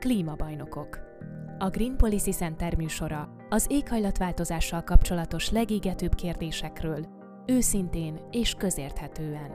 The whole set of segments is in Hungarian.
Klímabajnokok. A Green Policy Center műsora az éghajlatváltozással kapcsolatos legégetőbb kérdésekről, őszintén és közérthetően.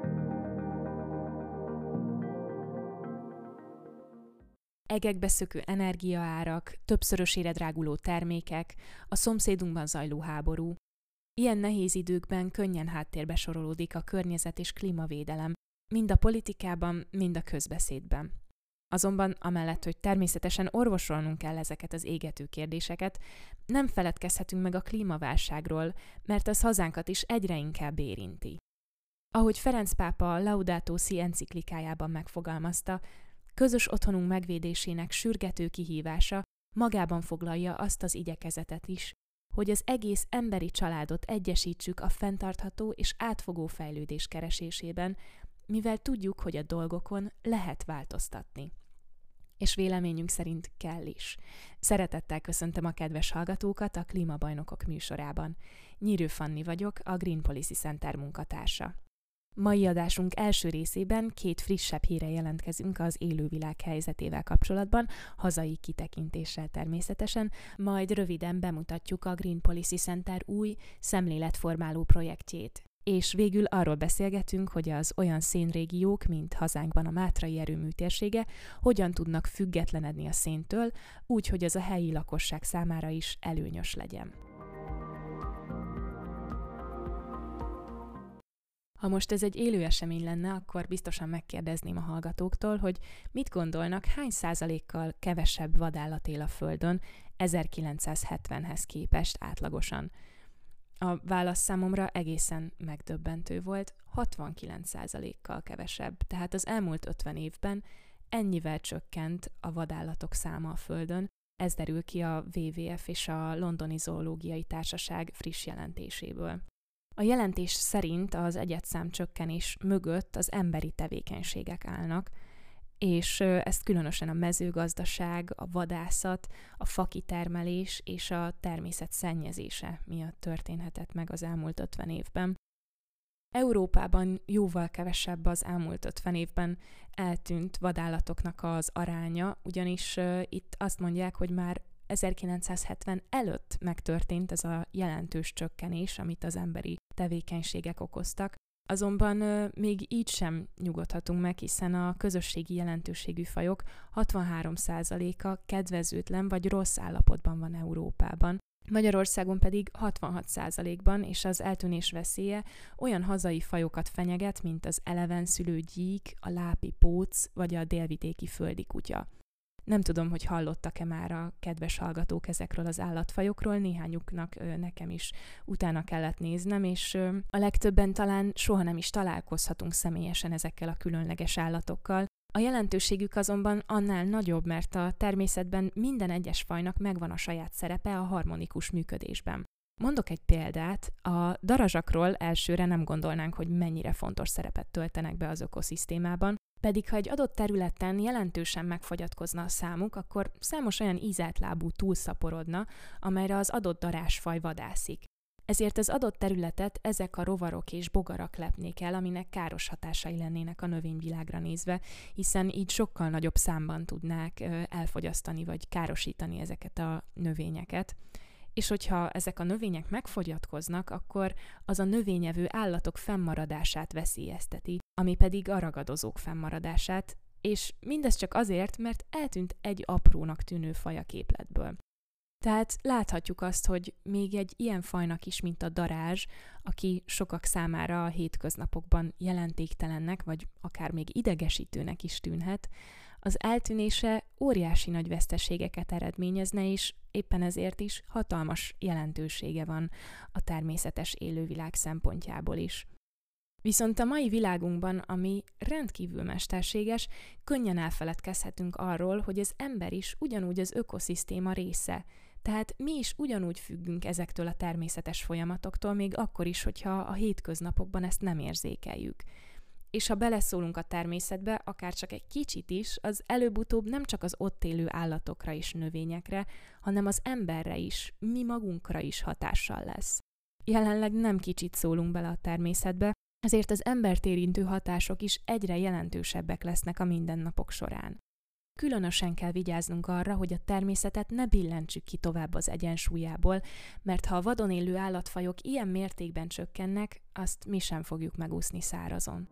Egekbe szökő energiaárak, többszörösére dráguló termékek, a szomszédunkban zajló háború. Ilyen nehéz időkben könnyen háttérbe sorolódik a környezet és klímavédelem, mind a politikában, mind a közbeszédben. Azonban amellett, hogy természetesen orvosolnunk kell ezeket az égető kérdéseket, nem feledkezhetünk meg a klímaválságról, mert az hazánkat is egyre inkább érinti. Ahogy Ferenc pápa Laudato Si enciklikájában megfogalmazta, közös otthonunk megvédésének sürgető kihívása magában foglalja azt az igyekezetet is, hogy az egész emberi családot egyesítsük a fenntartható és átfogó fejlődés keresésében, mivel tudjuk, hogy a dolgokon lehet változtatni. És véleményünk szerint kell is. Szeretettel köszöntöm a kedves hallgatókat a Klímabajnokok műsorában. Nyírő Fanni vagyok, a Green Policy Center munkatársa. Mai adásunk első részében 2 frissebb hírre jelentkezünk az élővilág helyzetével kapcsolatban, hazai kitekintéssel természetesen, majd röviden bemutatjuk a Green Policy Center új szemléletformáló projektjét. És végül arról beszélgetünk, hogy az olyan szénrégiók, mint hazánkban a Mátrai erőmű térsége, hogyan tudnak függetlenedni a széntől, úgy, hogy az a helyi lakosság számára is előnyös legyen. Ha most ez egy élő esemény lenne, akkor biztosan megkérdezném a hallgatóktól, hogy mit gondolnak, hány százalékkal kevesebb vadállat él a Földön 1970-hez képest átlagosan. A válasz számomra egészen megdöbbentő volt, 69%-kal kevesebb, tehát az elmúlt 50 évben ennyivel csökkent a vadállatok száma a Földön, ez derül ki a WWF és a Londoni Zoológiai Társaság friss jelentéséből. A jelentés szerint az egyedszám csökkenés mögött az emberi tevékenységek állnak, és ezt különösen a mezőgazdaság, a vadászat, a fakitermelés és a természet szennyezése miatt történhetett meg az elmúlt 50 évben. Európában jóval kevesebb az elmúlt 50 évben eltűnt vadállatoknak az aránya, ugyanis itt azt mondják, hogy már 1970 előtt megtörtént ez a jelentős csökkenés, amit az emberi tevékenységek okoztak. Azonban még így sem nyugodhatunk meg, hiszen a közösségi jelentőségű fajok 63%-a kedvezőtlen vagy rossz állapotban van Európában. Magyarországon pedig 66%-ban, és az eltűnés veszélye olyan hazai fajokat fenyeget, mint az elevenszülő gyík, a lápi póc vagy a délvidéki földi kutya. Nem tudom, hogy hallottak-e már a kedves hallgatók ezekről az állatfajokról, néhányuknak nekem is utána kellett néznem, és a legtöbben talán soha nem is találkozhatunk személyesen ezekkel a különleges állatokkal. A jelentőségük azonban annál nagyobb, mert a természetben minden egyes fajnak megvan a saját szerepe a harmonikus működésben. Mondok egy példát, a darazsakról elsőre nem gondolnánk, hogy mennyire fontos szerepet töltenek be az ökoszisztémában, pedig ha egy adott területen jelentősen megfogyatkozna a számuk, akkor számos olyan ízeltlábú túlszaporodna, amelyre az adott darázsfaj vadászik. Ezért az adott területet ezek a rovarok és bogarak lepnék el, aminek káros hatásai lennének a növényvilágra nézve, hiszen így sokkal nagyobb számban tudnák elfogyasztani vagy károsítani ezeket a növényeket. És hogyha ezek a növények megfogyatkoznak, akkor az a növényevő állatok fennmaradását veszélyezteti, ami pedig a ragadozók fennmaradását, és mindez csak azért, mert eltűnt egy aprónak tűnő faj a képletből. Tehát láthatjuk azt, hogy még egy ilyen fajnak is, mint a darázs, aki sokak számára a hétköznapokban jelentéktelennek, vagy akár még idegesítőnek is tűnhet, az eltűnése óriási nagy veszteségeket eredményezne, és éppen ezért is hatalmas jelentősége van a természetes élővilág szempontjából is. Viszont a mai világunkban, ami rendkívül mesterséges, könnyen elfeledkezhetünk arról, hogy az ember is ugyanúgy az ökoszisztéma része, tehát mi is ugyanúgy függünk ezektől a természetes folyamatoktól, még akkor is, hogyha a hétköznapokban ezt nem érzékeljük. És ha beleszólunk a természetbe, akár csak egy kicsit is, az előbb-utóbb nem csak az ott élő állatokra és növényekre, hanem az emberre is, mi magunkra is hatással lesz. Jelenleg nem kicsit szólunk bele a természetbe, ezért az embert érintő hatások is egyre jelentősebbek lesznek a mindennapok során. Különösen kell vigyáznunk arra, hogy a természetet ne billentsük ki tovább az egyensúlyából, mert ha a vadon élő állatfajok ilyen mértékben csökkennek, azt mi sem fogjuk megúszni szárazon.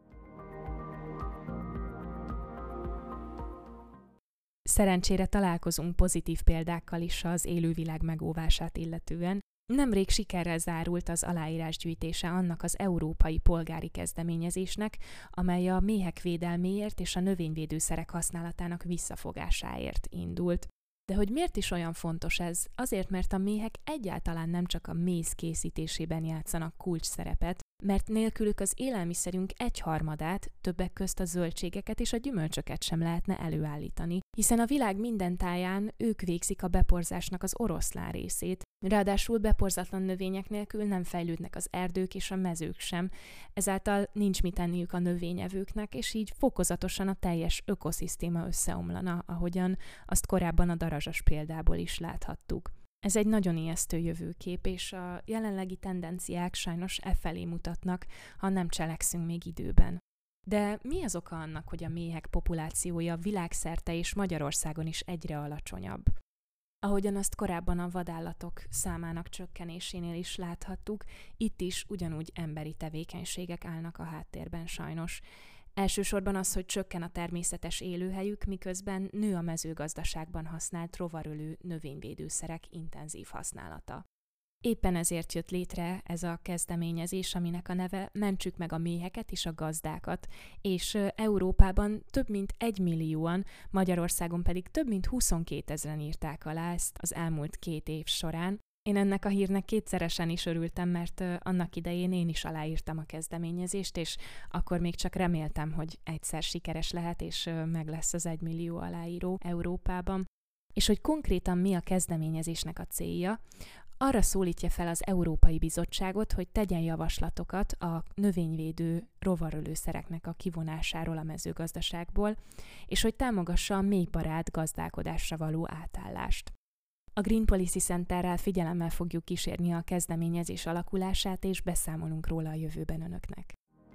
Szerencsére találkozunk pozitív példákkal is az élővilág megóvását illetően. Nemrég sikerrel zárult az aláírásgyűjtése annak az európai polgári kezdeményezésnek, amely a méhek védelméért és a növényvédőszerek használatának visszafogásáért indult. De hogy miért is olyan fontos ez? Azért, mert a méhek egyáltalán nem csak a méz készítésében játszanak kulcsszerepet, mert nélkülük az élelmiszerünk egyharmadát, többek közt a zöldségeket és a gyümölcsöket sem lehetne előállítani, hiszen a világ minden táján ők végzik a beporzásnak az oroszlán részét, ráadásul beporzatlan növények nélkül nem fejlődnek az erdők és a mezők sem, ezáltal nincs mit enniük a növényevőknek, és így fokozatosan a teljes ökoszisztéma összeomlana, ahogyan azt korábban a darazsas példából is láthattuk. Ez egy nagyon ijesztő jövőkép, és a jelenlegi tendenciák sajnos felé mutatnak, ha nem cselekszünk még időben. De mi az oka annak, hogy a méhek populációja világszerte és Magyarországon is egyre alacsonyabb? Ahogyan azt korábban a vadállatok számának csökkenésénél is láthattuk, itt is ugyanúgy emberi tevékenységek állnak a háttérben sajnos. Elsősorban az, hogy csökken a természetes élőhelyük, miközben nő a mezőgazdaságban használt rovarölő növényvédőszerek intenzív használata. Éppen ezért jött létre ez a kezdeményezés, aminek a neve Mentsük meg a méheket és a gazdákat, és Európában több mint 1 millióan, Magyarországon pedig több mint 22 000 írták alá ezt az elmúlt 2 év során. Én ennek a hírnek kétszeresen is örültem, mert annak idején én is aláírtam a kezdeményezést, és akkor még csak reméltem, hogy egyszer sikeres lehet, és meg lesz az 1 millió aláíró Európában. És hogy konkrétan mi a kezdeményezésnek a célja, arra szólítja fel az Európai Bizottságot, hogy tegyen javaslatokat a növényvédő rovarölőszereknek a kivonásáról a mezőgazdaságból, és hogy támogassa a méhbarát gazdálkodásra való átállást. A Green Policy Centerrel figyelemmel fogjuk kísérni a kezdeményezés alakulását, és beszámolunk róla a jövőben önöknek.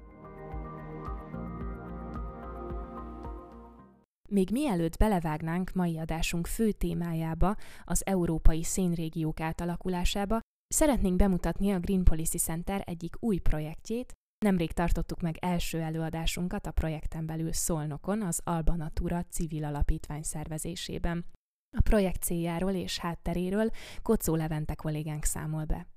Még mielőtt belevágnánk mai adásunk fő témájába, az európai szénrégiók átalakulásába, szeretnénk bemutatni a Green Policy Center egyik új projektjét. Nemrég tartottuk meg első előadásunkat a projekten belül Szolnokon, az Alba Natura civil alapítvány szervezésében. A projekt céljáról és hátteréről Kocó Levente kollégánk számol be.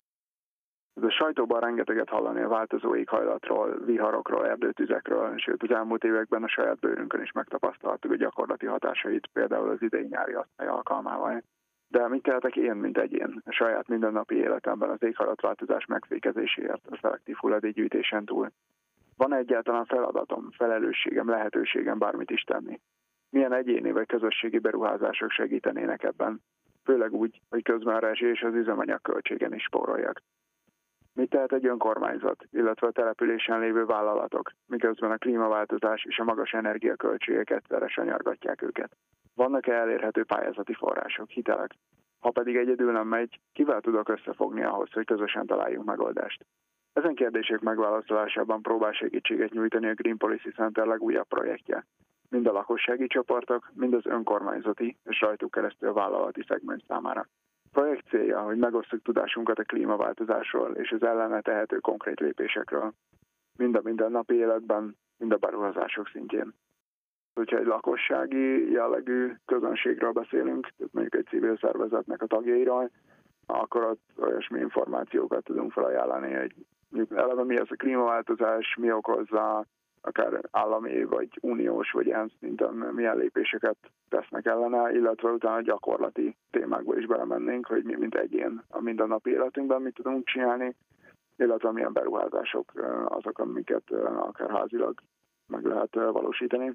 A sajtóban rengeteget hallani a változó éghajlatról, viharokról, erdőtüzekről, sőt az elmúlt években a saját bőrünkön is megtapasztaltuk a gyakorlati hatásait, például az idei nyári asztály alkalmával. De mit tehetek én, mint egyén, a saját mindennapi életemben az éghajlatváltozás megfékezéséért, a szelektív hulladékgyűjtésen túl? Van egyáltalán feladatom, felelősségem, lehetőségem bármit is tenni? Milyen egyéni vagy közösségi beruházások segítenének ebben? Főleg úgy, hogy közben a rezsi és az üzemanyag költségen is spóroljak. Mit tehet egy önkormányzat, illetve a településen lévő vállalatok, miközben a klímaváltozás és a magas energiaköltségek egyszerre nyargatják őket? Vannak-e elérhető pályázati források, hitelek? Ha pedig egyedül nem megy, kivel tudok összefogni ahhoz, hogy közösen találjunk megoldást? Ezen kérdések megválaszolásában próbál segítséget nyújtani a Green Policy Center legújabb projektje. Mind a lakossági csoportok, mind az önkormányzati és rajtuk keresztül a vállalati szegmens számára. A projekt célja, hogy megosztjuk tudásunkat a klímaváltozásról és az ellene tehető konkrét lépésekről, mind a mindennapi életben, mind a beruházások szintjén. Hogyha egy lakossági jellegű közönségről beszélünk, mondjuk egy civil szervezetnek a tagjairól, akkor ott olyasmi információkat tudunk felajánlani, hogy eleve mi az a klímaváltozás, mi okozza, akár állami, vagy uniós, vagy ENSZ szinten milyen lépéseket tesznek ellene, illetve utána gyakorlati témákba is belemennénk, hogy mi, mint egyén a mindennapi életünkben mit tudunk csinálni, illetve milyen beruházások azok, amiket akár házilag meg lehet valósítani.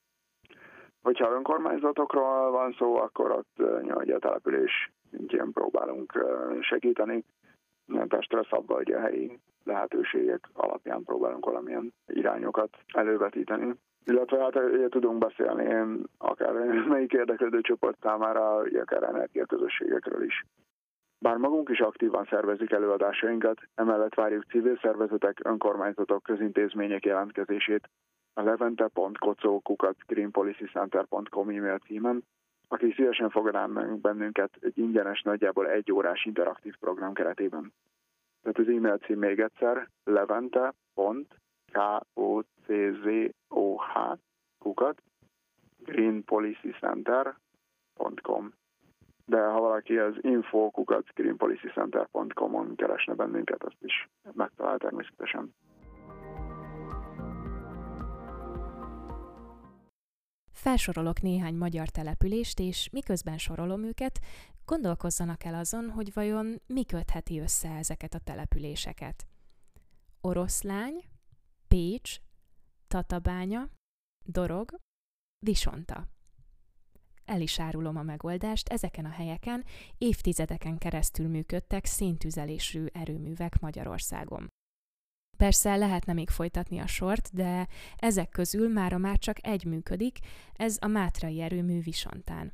Hogyha önkormányzatokról van szó, akkor ott a település szintjén próbálunk segíteni, testre szabva, hogy a helyi lehetőségek alapján próbálunk valamilyen irányokat elővetíteni. Illetve hát tudunk beszélni akár melyik érdeklődő csoport számára, akár energiaközösségekről is. Bár magunk is aktívan szervezik előadásainkat, emellett várjuk civil szervezetek, önkormányzatok, közintézmények jelentkezését. a levente.kocó@greenpolicycenter.com e-mail címen, aki szívesen fogadná meg bennünket egy ingyenes, nagyjából 1 órás interaktív program keretében. Tehát az e-mail cím még egyszer, levente.kocz@greenpolicycenter.com. De ha valaki az info@greenpolicycenter.com-on keresne bennünket, azt is megtalál természetesen. Felsorolok néhány magyar települést, és miközben sorolom őket, gondolkozzanak el azon, hogy vajon mi kötheti össze ezeket a településeket. Oroszlány, Pécs, Tatabánya, Dorog, Visonta. El is árulom a megoldást, ezeken a helyeken évtizedeken keresztül működtek széntüzelésű erőművek Magyarországon. Persze lehetne még folytatni a sort, de ezek közül mára már csak egy működik, ez a mátrai erőmű Visontán.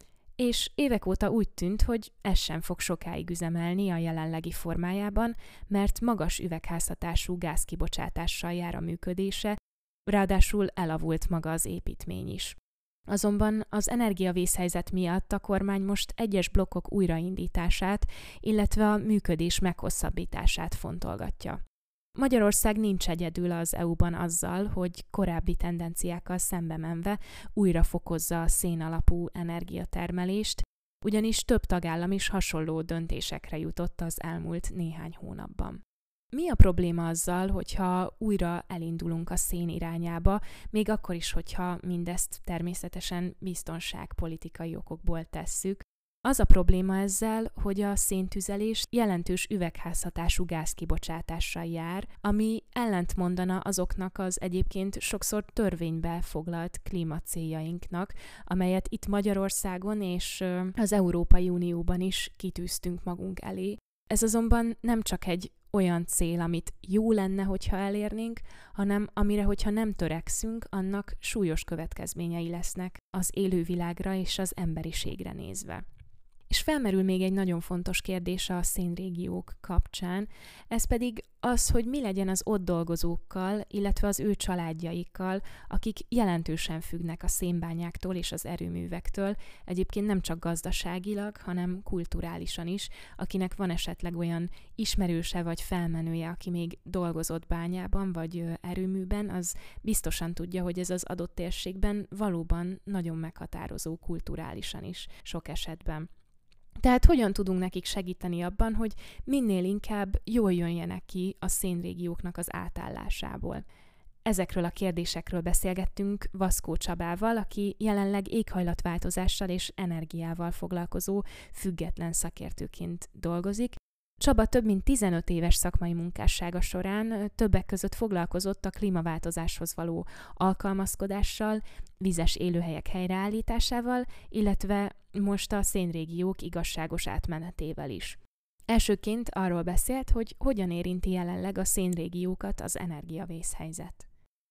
És évek óta úgy tűnt, hogy ez sem fog sokáig üzemelni a jelenlegi formájában, mert magas üvegházhatású gázkibocsátással jár a működése, ráadásul elavult maga az építmény is. Azonban az energiavészhelyzet miatt a kormány most egyes blokkok újraindítását, illetve a működés meghosszabbítását fontolgatja. Magyarország nincs egyedül az EU-ban azzal, hogy korábbi tendenciákkal szembe menve újra fokozza a szénalapú energiatermelést, ugyanis több tagállam is hasonló döntésekre jutott az elmúlt néhány hónapban. Mi a probléma azzal, hogyha újra elindulunk a szén irányába, még akkor is, hogyha mindezt természetesen biztonságpolitikai okokból tesszük? Az a probléma ezzel, hogy a széntüzelés jelentős üvegházhatású gázkibocsátással jár, ami ellentmondana azoknak az egyébként sokszor törvénybe foglalt klímacéljainknak, amelyet itt Magyarországon és az Európai Unióban is kitűztünk magunk elé. Ez azonban nem csak egy olyan cél, amit jó lenne, hogyha elérnénk, hanem amire, hogyha nem törekszünk, annak súlyos következményei lesznek az élővilágra és az emberiségre nézve. És felmerül még egy nagyon fontos kérdés a szénrégiók kapcsán, ez pedig az, hogy mi legyen az ott dolgozókkal, illetve az ő családjaikkal, akik jelentősen függnek a szénbányáktól és az erőművektől, egyébként nem csak gazdaságilag, hanem kulturálisan is, akinek van esetleg olyan ismerőse vagy felmenője, aki még dolgozott bányában vagy erőműben, az biztosan tudja, hogy ez az adott térségben valóban nagyon meghatározó kulturálisan is sok esetben. Tehát hogyan tudunk nekik segíteni abban, hogy minél inkább jól jöjjenek ki a szénrégióknak az átállásából? Ezekről a kérdésekről beszélgettünk Vaszkó Csabával, aki jelenleg éghajlatváltozással és energiával foglalkozó független szakértőként dolgozik. Csaba több mint 15 éves szakmai munkássága során többek között foglalkozott a klímaváltozáshoz való alkalmazkodással, vizes élőhelyek helyreállításával, illetve most a szénrégiók igazságos átmenetével is. Elsőként arról beszélt, hogy hogyan érinti jelenleg a szénrégiókat az energiavészhelyzet.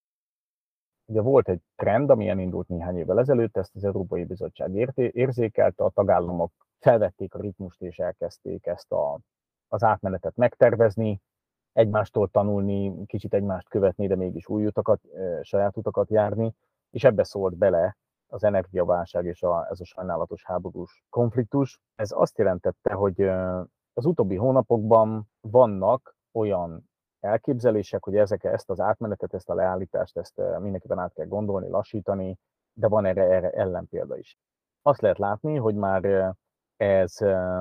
Ugye volt egy trend, ami elindult néhány évvel ezelőtt, ezt az Európai Bizottság érzékelte, a tagállamok felvették a ritmust és elkezdték ezt az átmenetet megtervezni, egymástól tanulni, kicsit egymást követni, de mégis új utakat, saját utakat járni, és ebbe szólt bele az energiaválság és ez a sajnálatos háborús konfliktus. Ez azt jelentette, hogy az utóbbi hónapokban vannak olyan elképzelések, hogy ezt az átmenetet, ezt a leállítást, ezt mindenképpen át kell gondolni, lassítani, de van erre ellenpélda is. Azt lehet látni, hogy már ez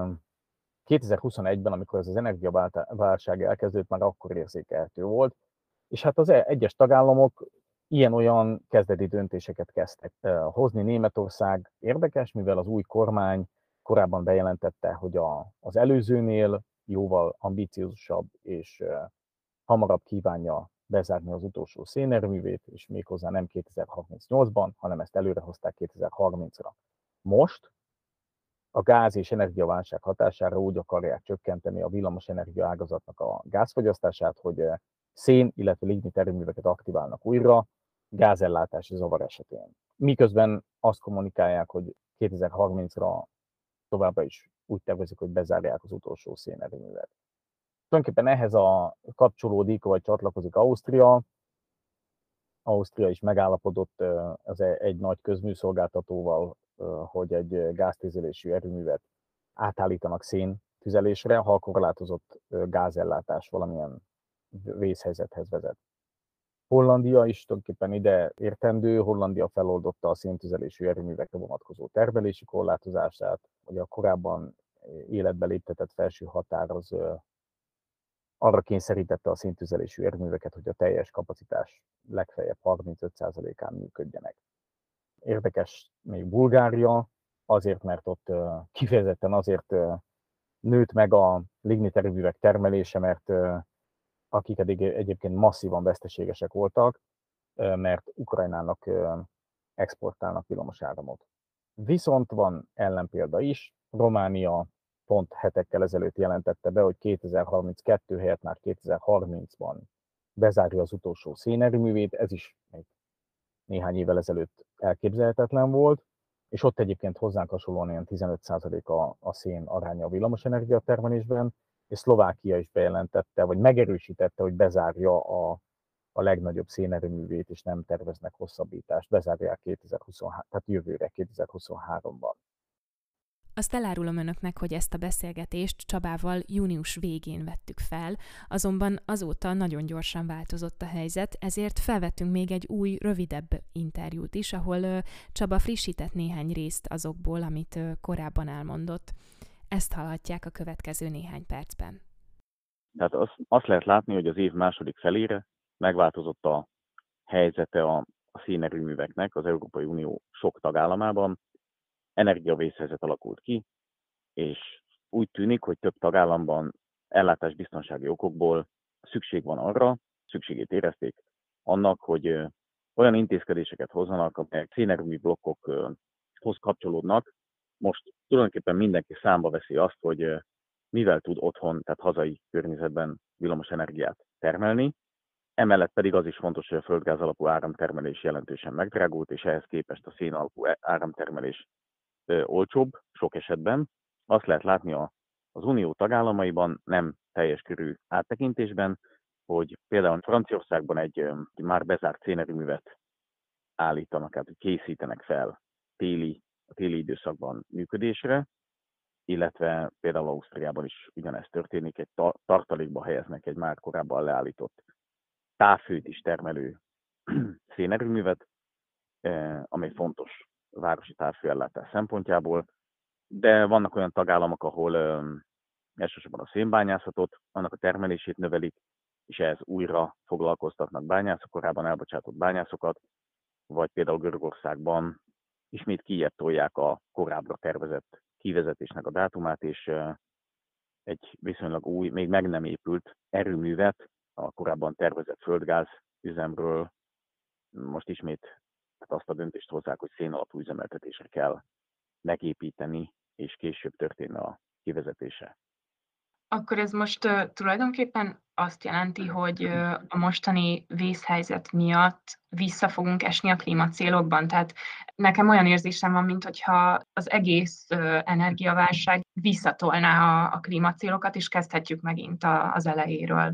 2021-ben, amikor ez az energiaválság elkezdődött, már akkor érzékelhető volt, és hát az egyes tagállamok ilyen-olyan kezdeti döntéseket kezdtek hozni. Németország érdekes, mivel az új kormány korábban bejelentette, hogy az előzőnél jóval ambiciózusabb és hamarabb kívánja bezárni az utolsó szénerőművét, és méghozzá nem 2038-ban, hanem ezt előrehozták 2030-ra. Most a gáz- és energiaválság hatására úgy akarják csökkenteni a villamosenergia ágazatnak a gázfogyasztását, hogy szén, illetve lignit erőműveket aktiválnak újra gázellátási zavar esetén. Miközben azt kommunikálják, hogy 2030-ra továbbra is úgy tervezik, hogy bezárják az utolsó szénerőművet. Tulajdonképpen ehhez kapcsolódik, vagy csatlakozik Ausztria, Ausztria is megállapodott egy nagy közműszolgáltatóval, hogy egy gáztüzelésű erőművet átállítanak széntüzelésre, ha a korlátozott gázellátás valamilyen vészhelyzethez vezet. Hollandia is tulajdonképpen ide értendő, Hollandia feloldotta a széntüzelésű erőművekre vonatkozó termelési korlátozását, hogy a korábban életbe léptetett felső határ az arra kényszerítette a széntüzelésű erőműveket, hogy a teljes kapacitás legfeljebb 35%-án működjenek. Érdekes még Bulgária, azért, mert ott kifejezetten azért nőtt meg a lignit erőművek termelése, mert akik eddig egyébként masszívan veszteségesek voltak, mert Ukrajnának exportálnak villamosáramot. Viszont van ellenpélda is, Románia pont hetekkel ezelőtt jelentette be, hogy 2032 helyett már 2030-ban bezárja az utolsó szénerőművét, ez is még néhány évvel ezelőtt elképzelhetetlen volt, és ott egyébként hozzánk hasonlóan ilyen 15% a szén aránya a villamosenergia termelésben, és Szlovákia is bejelentette, vagy megerősítette, hogy bezárja a legnagyobb szénerőművét, és nem terveznek hosszabbítást. Bezárják 2023, tehát jövőre, 2023-ban. Azt elárulom önöknek, hogy ezt a beszélgetést Csabával június végén vettük fel, azonban azóta nagyon gyorsan változott a helyzet, ezért felvettünk még egy új, rövidebb interjút is, ahol Csaba frissített néhány részt azokból, amit korábban elmondott. Ezt hallhatják a következő néhány percben. Tehát azt lehet látni, hogy az év második felére megváltozott a helyzete a szénerőműveknek az Európai Unió sok tagállamában. Energiavészhelyzet alakult ki, és úgy tűnik, hogy több tagállamban ellátásbiztonsági okokból szükség van arra, szükségét érezték annak, hogy olyan intézkedéseket hozzanak, amelyek szénerőmű blokkokhoz kapcsolódnak. Most tulajdonképpen mindenki számba veszi azt, hogy mivel tud otthon, tehát hazai környezetben villamos energiát termelni. Emellett pedig az is fontos, hogy a földgáz alapú áramtermelés jelentősen megdrágult, és ehhez képest a szén alapú áramtermelés olcsóbb sok esetben. Azt lehet látni az unió tagállamaiban, nem teljes körű áttekintésben, hogy például Franciaországban egy már bezárt szénerőművet állítanak, tehát készítenek fel a téli időszakban működésre, illetve például Ausztriában is ugyanezt történik, egy tartalékba helyeznek egy már korábban leállított távhőt is termelő szénerőművet, amely fontos városi távfőellátás szempontjából, de vannak olyan tagállamok, ahol elsősorban a szénbányászatot, annak a termelését növelik, és ehhez újra foglalkoztatnak bányászok, korábban elbocsátott bányászokat, vagy például Görögországban ismét kijebb tolják a korábbra tervezett kivezetésnek a dátumát, és egy viszonylag új, még meg nem épült erőművet a korábban tervezett földgáz üzemről most ismét azt a döntést hozzák, hogy szén alapú üzemeltetésre kell megépíteni, és később történne a kivezetése. Akkor ez most tulajdonképpen azt jelenti, hogy a mostani vészhelyzet miatt vissza fogunk esni a klímacélokban. Tehát nekem olyan érzésem van, mintha az egész energiaválság visszatolná a klímacélokat, és kezdhetjük megint az elejéről.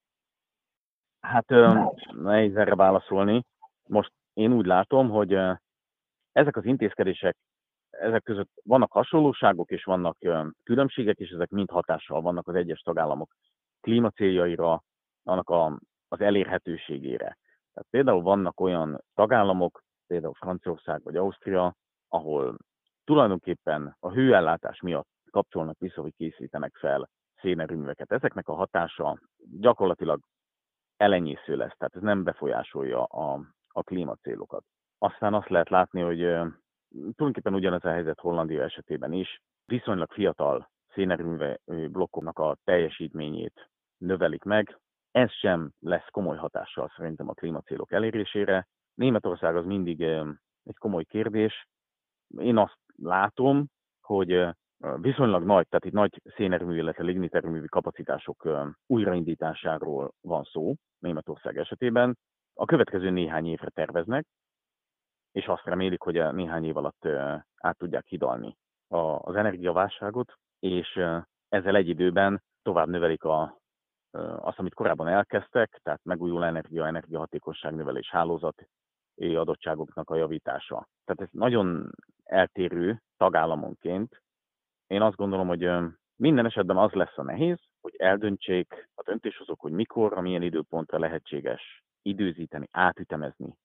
Hát nehéz erre válaszolni. Most én úgy látom, hogy ezek az intézkedések, ezek között vannak hasonlóságok, és vannak különbségek, és ezek mind hatással vannak az egyes tagállamok klímacéljaira, annak az elérhetőségére. Tehát például vannak olyan tagállamok, például Franciaország vagy Ausztria, ahol tulajdonképpen a hőellátás miatt kapcsolnak vissza, hogy készítenek fel szénerőműveket. Ezeknek a hatása gyakorlatilag elenyésző lesz, tehát ez nem befolyásolja a klímacélokat. Aztán azt lehet látni, hogy tulajdonképpen ugyanez a helyzet Hollandia esetében is. Viszonylag fiatal szénerőmű blokkoknak a teljesítményét növelik meg. Ez sem lesz komoly hatással szerintem a klímacélok elérésére. Németország az mindig egy komoly kérdés. Én azt látom, hogy viszonylag nagy, tehát itt nagy szénerőmű, illetve ligniterőművi kapacitások újraindításáról van szó Németország esetében. A következő néhány évre terveznek, és azt remélik, hogy a néhány év alatt át tudják hidalni az energiaválságot, és ezzel egy időben tovább növelik azt, amit korábban elkezdtek, tehát megújuló energia, energiahatékonyságnövelés, hálózati adottságoknak a javítása. Tehát ez nagyon eltérő tagállamonként. Én azt gondolom, hogy minden esetben az lesz a nehéz, hogy eldöntsék a döntéshozók, hogy mikorra, milyen időpontra lehetséges időzíteni, átütemezni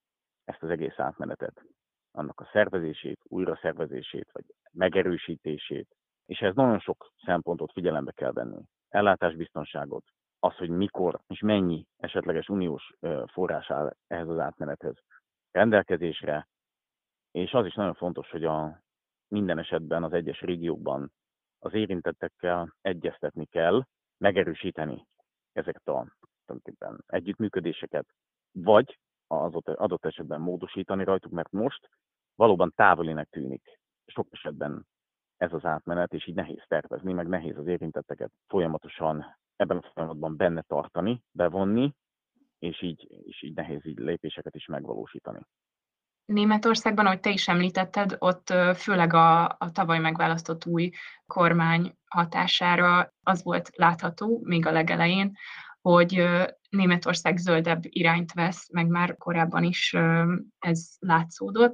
ezt az egész átmenetet, annak a szervezését, újraszervezését, vagy megerősítését, és ehhez nagyon sok szempontot figyelembe kell venni. Ellátásbiztonságot, az, hogy mikor és mennyi esetleges uniós forrás áll ehhez az átmenethez rendelkezésre, és az is nagyon fontos, hogy minden esetben az egyes régiókban az érintettekkel egyeztetni kell, megerősíteni ezeket a együttműködéseket, vagy az adott esetben módosítani rajtuk, mert most valóban távolinak tűnik sok esetben ez az átmenet, és így nehéz tervezni, meg nehéz az érintetteket folyamatosan ebben a folyamatban benne tartani, bevonni, és így nehéz így lépéseket is megvalósítani. Németországban, ahogy te is említetted, ott főleg a tavaly megválasztott új kormány hatására az volt látható, még a legelején, hogy Németország zöldebb irányt vesz, meg már korábban is ez látszódott.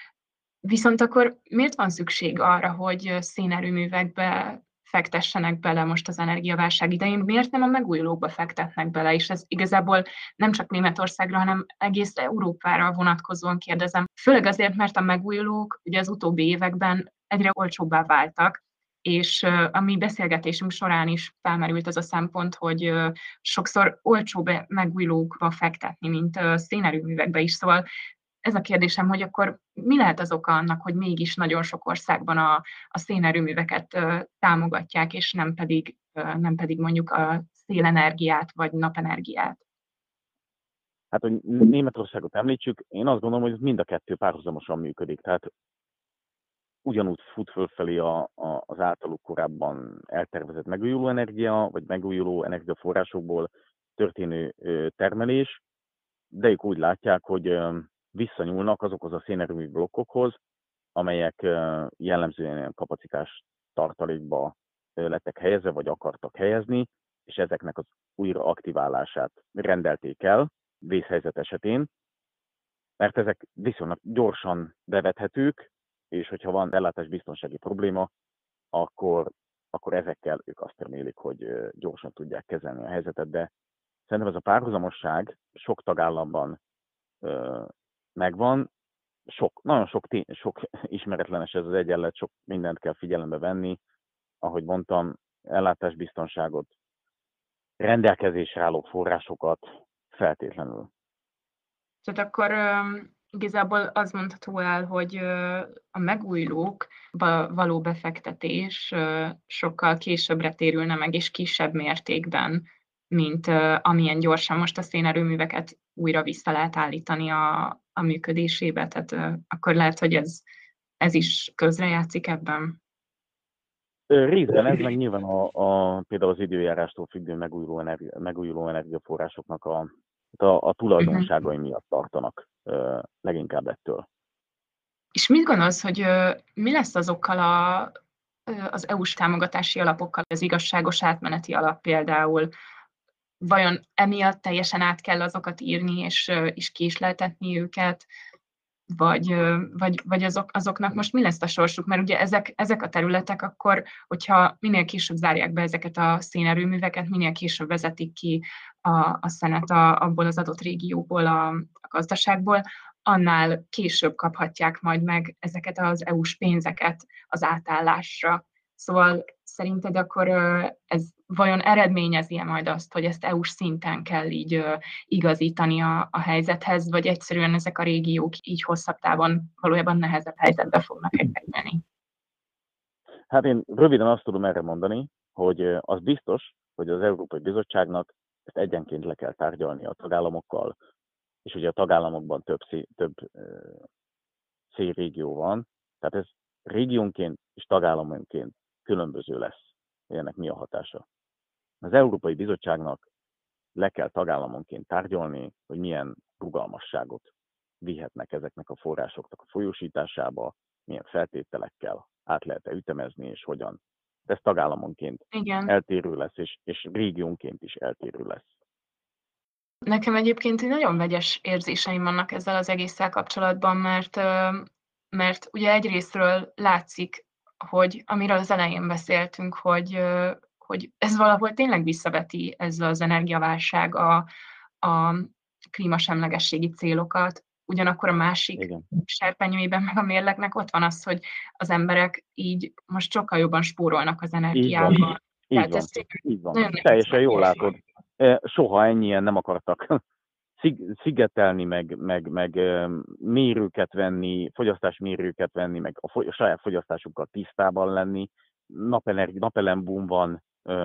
Viszont akkor miért van szükség arra, hogy szénerőművekbe fektessenek bele most az energiaválság idején? Miért nem a megújulókba fektetnek bele? És ez igazából nem csak Németországra, hanem egész Európára vonatkozóan kérdezem. Főleg azért, mert a megújulók ugye az utóbbi években egyre olcsóbbá váltak, és a mi beszélgetésünk során is felmerült az a szempont, hogy sokszor olcsóbb megújulókba fektetni, mint szénerőművekbe is. Szóval ez a kérdésem, hogy akkor mi lehet az oka annak, hogy mégis nagyon sok országban a szénerőműveket támogatják, és nem pedig mondjuk a szélenergiát vagy napenergiát? Hát, hogy Németországot említsük, én azt gondolom, hogy mind a kettő párhuzamosan működik. Tehát ugyanúgy fut fölfelé az általuk korábban eltervezett megújuló energia, vagy megújuló energiaforrásokból történő termelés, de ők úgy látják, hogy visszanyúlnak azokhoz a szénerőmű blokkokhoz, amelyek jellemzően ilyen kapacitás tartalékba lettek helyezve, vagy akartak helyezni, és ezeknek az újraaktiválását rendelték el vészhelyzet esetén, mert ezek viszonylag gyorsan bevethetők, és hogyha van ellátásbiztonsági probléma, akkor ezekkel ők azt remélik, hogy gyorsan tudják kezelni a helyzetet, de szerintem ez a párhuzamosság sok tagállamban megvan, nagyon sok ismeretlenes ez az egyenlet, sok mindent kell figyelembe venni, ahogy mondtam, ellátásbiztonságot, rendelkezésre álló forrásokat feltétlenül. Tehát akkor igazából az mondható el, hogy a megújulókba való befektetés sokkal későbbre térülne meg, és kisebb mértékben, mint amilyen gyorsan most a szénerőműveket újra vissza lehet állítani a működésébe. Tehát akkor lehet, hogy ez is közrejátszik ebben. Részben ez, meg nyilván például az időjárástól függő megújuló energiaforrásoknak a tulajdonságai miatt tartanak leginkább ettől. És mit gondolsz, hogy mi lesz azokkal az EU-s támogatási alapokkal, az igazságos átmeneti alap például? Vajon emiatt teljesen át kell azokat írni, és késleltetni őket? Vagy azoknak most mi lesz a sorsuk? Mert ugye ezek a területek akkor, hogyha minél később zárják be ezeket a szénerőműveket, minél később vezetik ki a szenet abból az adott régióból, a gazdaságból, annál később kaphatják majd meg ezeket az EU-s pénzeket az átállásra. Szóval szerinted akkor ez vajon eredményezi-e majd azt, hogy ezt EU-s szinten kell így igazítani a helyzethez, vagy egyszerűen ezek a régiók így hosszabb távon valójában nehezebb helyzetbe fognak kerülni? Hát én röviden azt tudom erre mondani, hogy az biztos, hogy az Európai Bizottságnak ezt egyenként le kell tárgyalni a tagállamokkal, és ugye a tagállamokban több szélrégió van, tehát ez régiónként és tagállamonként különböző lesz, hogy ennek mi a hatása. Az Európai Bizottságnak le kell tagállamonként tárgyalni, hogy milyen rugalmasságot vihetnek ezeknek a forrásoknak a folyósításába, milyen feltételekkel át lehet-e ütemezni, és hogyan Ez tagállamonként Igen. eltérő lesz, és régiónként is eltérő lesz. Nekem egyébként nagyon vegyes érzéseim vannak ezzel az egésszel kapcsolatban, mert ugye egyrészről látszik, hogy amiről az elején beszéltünk, hogy ez valahol tényleg visszaveti ez az energiaválság a klímasemlegességi célokat, ugyanakkor a másik Igen. serpenyőjében meg a mérlegnek ott van az, hogy az emberek így most sokkal jobban spórolnak az Így van. energiában. Így van. Így van. Nagyon nehéz Teljesen jól megérteni. látod. Soha ennyien nem akartak szigetelni, meg mérőket venni, fogyasztásmérőket venni, meg a saját fogyasztásukkal tisztában lenni. Napelem-boom van.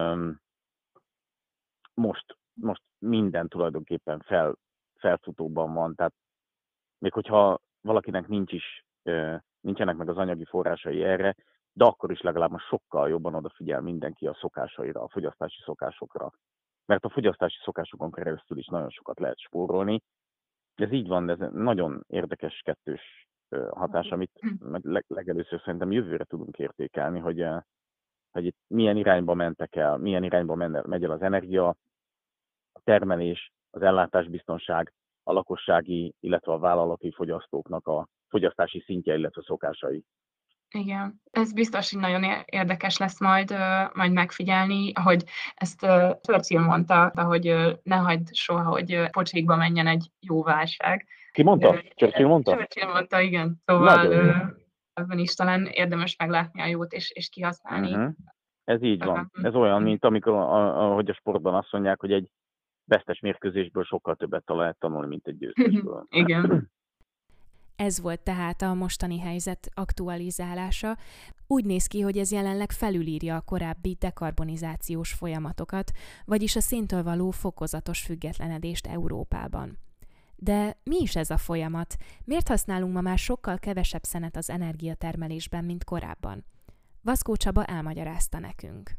Most minden tulajdonképpen felfutóban van. Tehát még hogyha valakinek nincsenek meg az anyagi forrásai erre, de akkor is legalább most sokkal jobban odafigyel mindenki a szokásaira, a fogyasztási szokásokra. Mert a fogyasztási szokásokon keresztül is nagyon sokat lehet spórolni. Ez így van, ez nagyon érdekes kettős hatás, amit legelőször szerintem jövőre tudunk értékelni, hogy itt milyen irányba mentek el, milyen irányba megy el az energia, a termelés, az ellátásbiztonság, a lakossági, illetve a vállalati fogyasztóknak a fogyasztási szintje, illetve szokásai. Igen, ez biztos, hogy nagyon érdekes lesz majd megfigyelni, ahogy ezt Churchill mondta, hogy ne hagyd soha, hogy pocsékba menjen egy jó válság. Ki mondta? Churchill mondta? Churchill mondta, igen. Szóval Nagyon jó. ebben is talán érdemes meglátni a jót és kihasználni. Ez így van. Ez olyan, mint amikor, ahogy a sportban azt mondják, hogy egy vesztes mérkőzésből sokkal többet lehet tanulni, mint egy győztesből. Igen. Ez volt tehát a mostani helyzet aktualizálása. Úgy néz ki, hogy ez jelenleg felülírja a korábbi dekarbonizációs folyamatokat, vagyis a széntől való fokozatos függetlenedést Európában. De mi is ez a folyamat? Miért használunk ma már sokkal kevesebb szenet az energiatermelésben, mint korábban? Vaszkó Csaba elmagyarázta nekünk.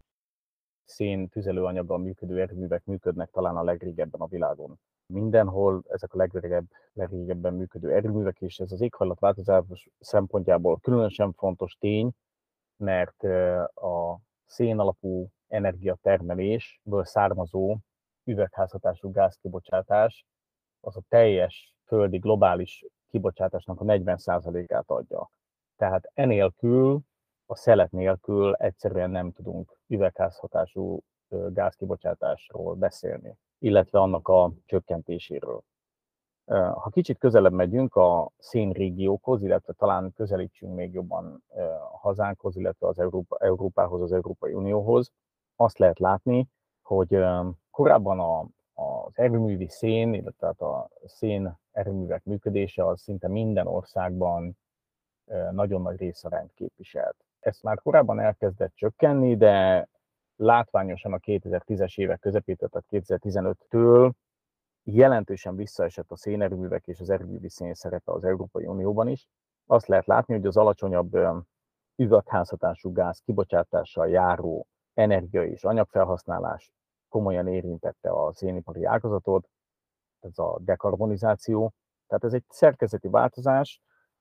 Szén tüzelőanyaggal működő erőművek működnek talán a legrégebben a világon. Mindenhol ezek a legrégebben működő erőművek, és ez az éghajlatváltozás szempontjából különösen fontos tény, mert a szén alapú energiatermelésből származó üvegházhatású gázkibocsátás az a teljes földi globális kibocsátásnak a 40%-át adja. Tehát enélkül, a szelet nélkül egyszerűen nem tudunk üvegházhatású gázkibocsátásról beszélni, illetve annak a csökkentéséről. Ha kicsit közelebb megyünk a szénrégiókhoz, illetve talán közelítsünk még jobban a hazánkhoz, illetve az Európához, az Európai Unióhoz, azt lehet látni, hogy korábban az erőművi szén, illetve a szén erőművek működése az szinte minden országban nagyon nagy részarányt képviselt. Ez már korábban elkezdett csökkenni, de látványosan a 2010-es évek közepétől, tehát 2015-től jelentősen visszaesett a szénerőművek és az erőművi szén szerepe az Európai Unióban is. Azt lehet látni, hogy az alacsonyabb üvegházhatású gáz kibocsátással járó energia és anyagfelhasználás komolyan érintette a szénipari ágazatot, ez a dekarbonizáció. Tehát ez egy szerkezeti változás,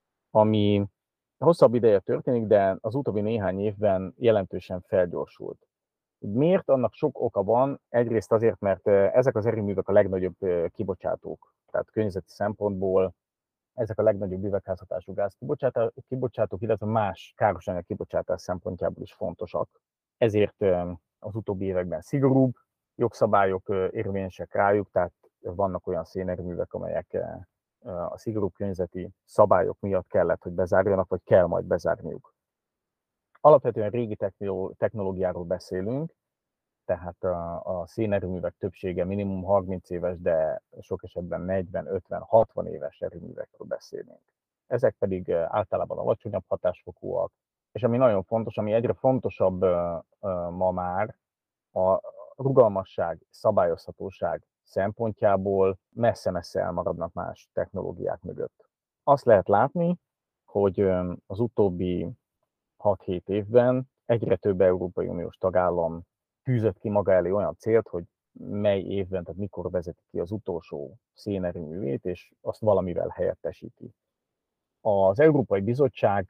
ami hosszabb ideje történik, de az utóbbi néhány évben jelentősen felgyorsult. Miért? Annak sok oka van. Egyrészt azért, mert ezek az erőművek a legnagyobb kibocsátók, tehát környezeti szempontból ezek a legnagyobb üvegházhatású gáz kibocsátók, illetve más károsanyag kibocsátás szempontjából is fontosak. Ezért az utóbbi években szigorúbb jogszabályok érvényesek rájuk, tehát vannak olyan szénerőművek, amelyek a szigorú környezeti szabályok miatt kellett, hogy bezárjanak, vagy kell majd bezárniuk. Alapvetően régi technológiáról beszélünk, tehát a szénerőművek többsége minimum 30 éves, de sok esetben 40, 50, 60 éves erőművekről beszélünk. Ezek pedig általában alacsonyabb hatásfokúak, és ami nagyon fontos, ami egyre fontosabb ma már, a rugalmasság, szabályozhatóság szempontjából messze-messze elmaradnak más technológiák mögött. Azt lehet látni, hogy az utóbbi 6-7 évben egyre több Európai Uniós tagállam tűzött ki maga elé olyan célt, hogy mely évben, tehát mikor vezeti ki az utolsó szénerőművét, és azt valamivel helyettesíti. Az Európai Bizottság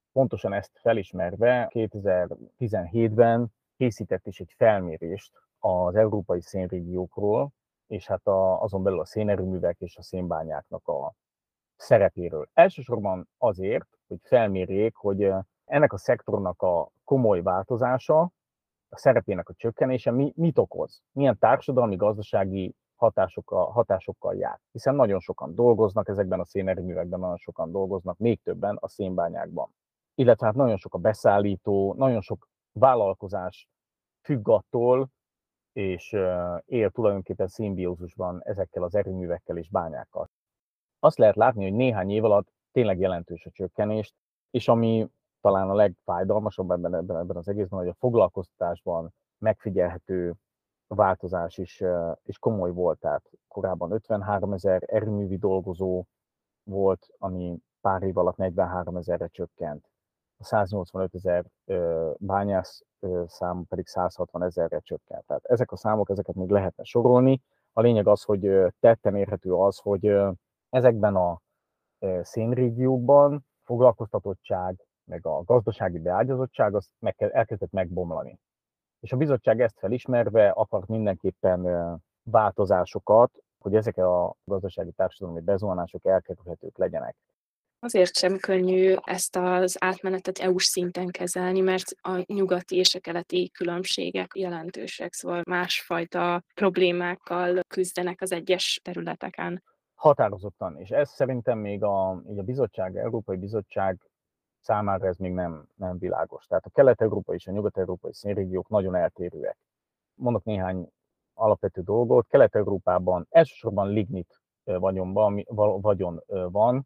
pontosan ezt felismerve 2017-ben készített is egy felmérést az európai szénrégiókról, és hát azon belül a szénerőművek és a szénbányáknak a szerepéről. Elsősorban azért, hogy felmérjék, hogy ennek a szektornak a komoly változása, a szerepének a csökkenése mit okoz, milyen társadalmi, gazdasági hatásokkal jár. Hiszen nagyon sokan dolgoznak ezekben a szénerőművekben, nagyon sokan dolgoznak, még többen a szénbányákban. Illetve hát nagyon sok a beszállító, nagyon sok vállalkozás függ attól, és él tulajdonképpen szimbiózusban ezekkel az erőművekkel és bányákkal. Azt lehet látni, hogy néhány év alatt tényleg jelentős a csökkenést, és ami talán a legfájdalmasabb ebben az egészben, hogy a foglalkoztatásban megfigyelhető változás is komoly volt. Tehát korábban 53 000 erőművi dolgozó volt, ami pár év alatt 43 000-re csökkent. A 185 000 bányász szám pedig 160 000-re csökkent. Tehát ezek a számok, ezeket még lehetne sorolni. A lényeg az, hogy tetten érhető az, hogy ezekben a szénrégiókban foglalkoztatottság, meg a gazdasági beágyazottság az elkezdett megbomlani. És a bizottság ezt felismerve akart mindenképpen változásokat, hogy ezek a gazdasági társadalmi bezuhanások elkerülhetők legyenek. Azért sem könnyű ezt az átmenetet EU-s szinten kezelni, mert a nyugati és a keleti különbségek jelentősek, szóval másfajta problémákkal küzdenek az egyes területeken. Határozottan, és ez szerintem még a bizottság, Európai Bizottság számára ez még nem világos. Tehát a kelet-európai és a nyugat-európai szénrégiók nagyon eltérőek. Mondok néhány alapvető dolgot. Kelet-európában elsősorban lignit vagyon van,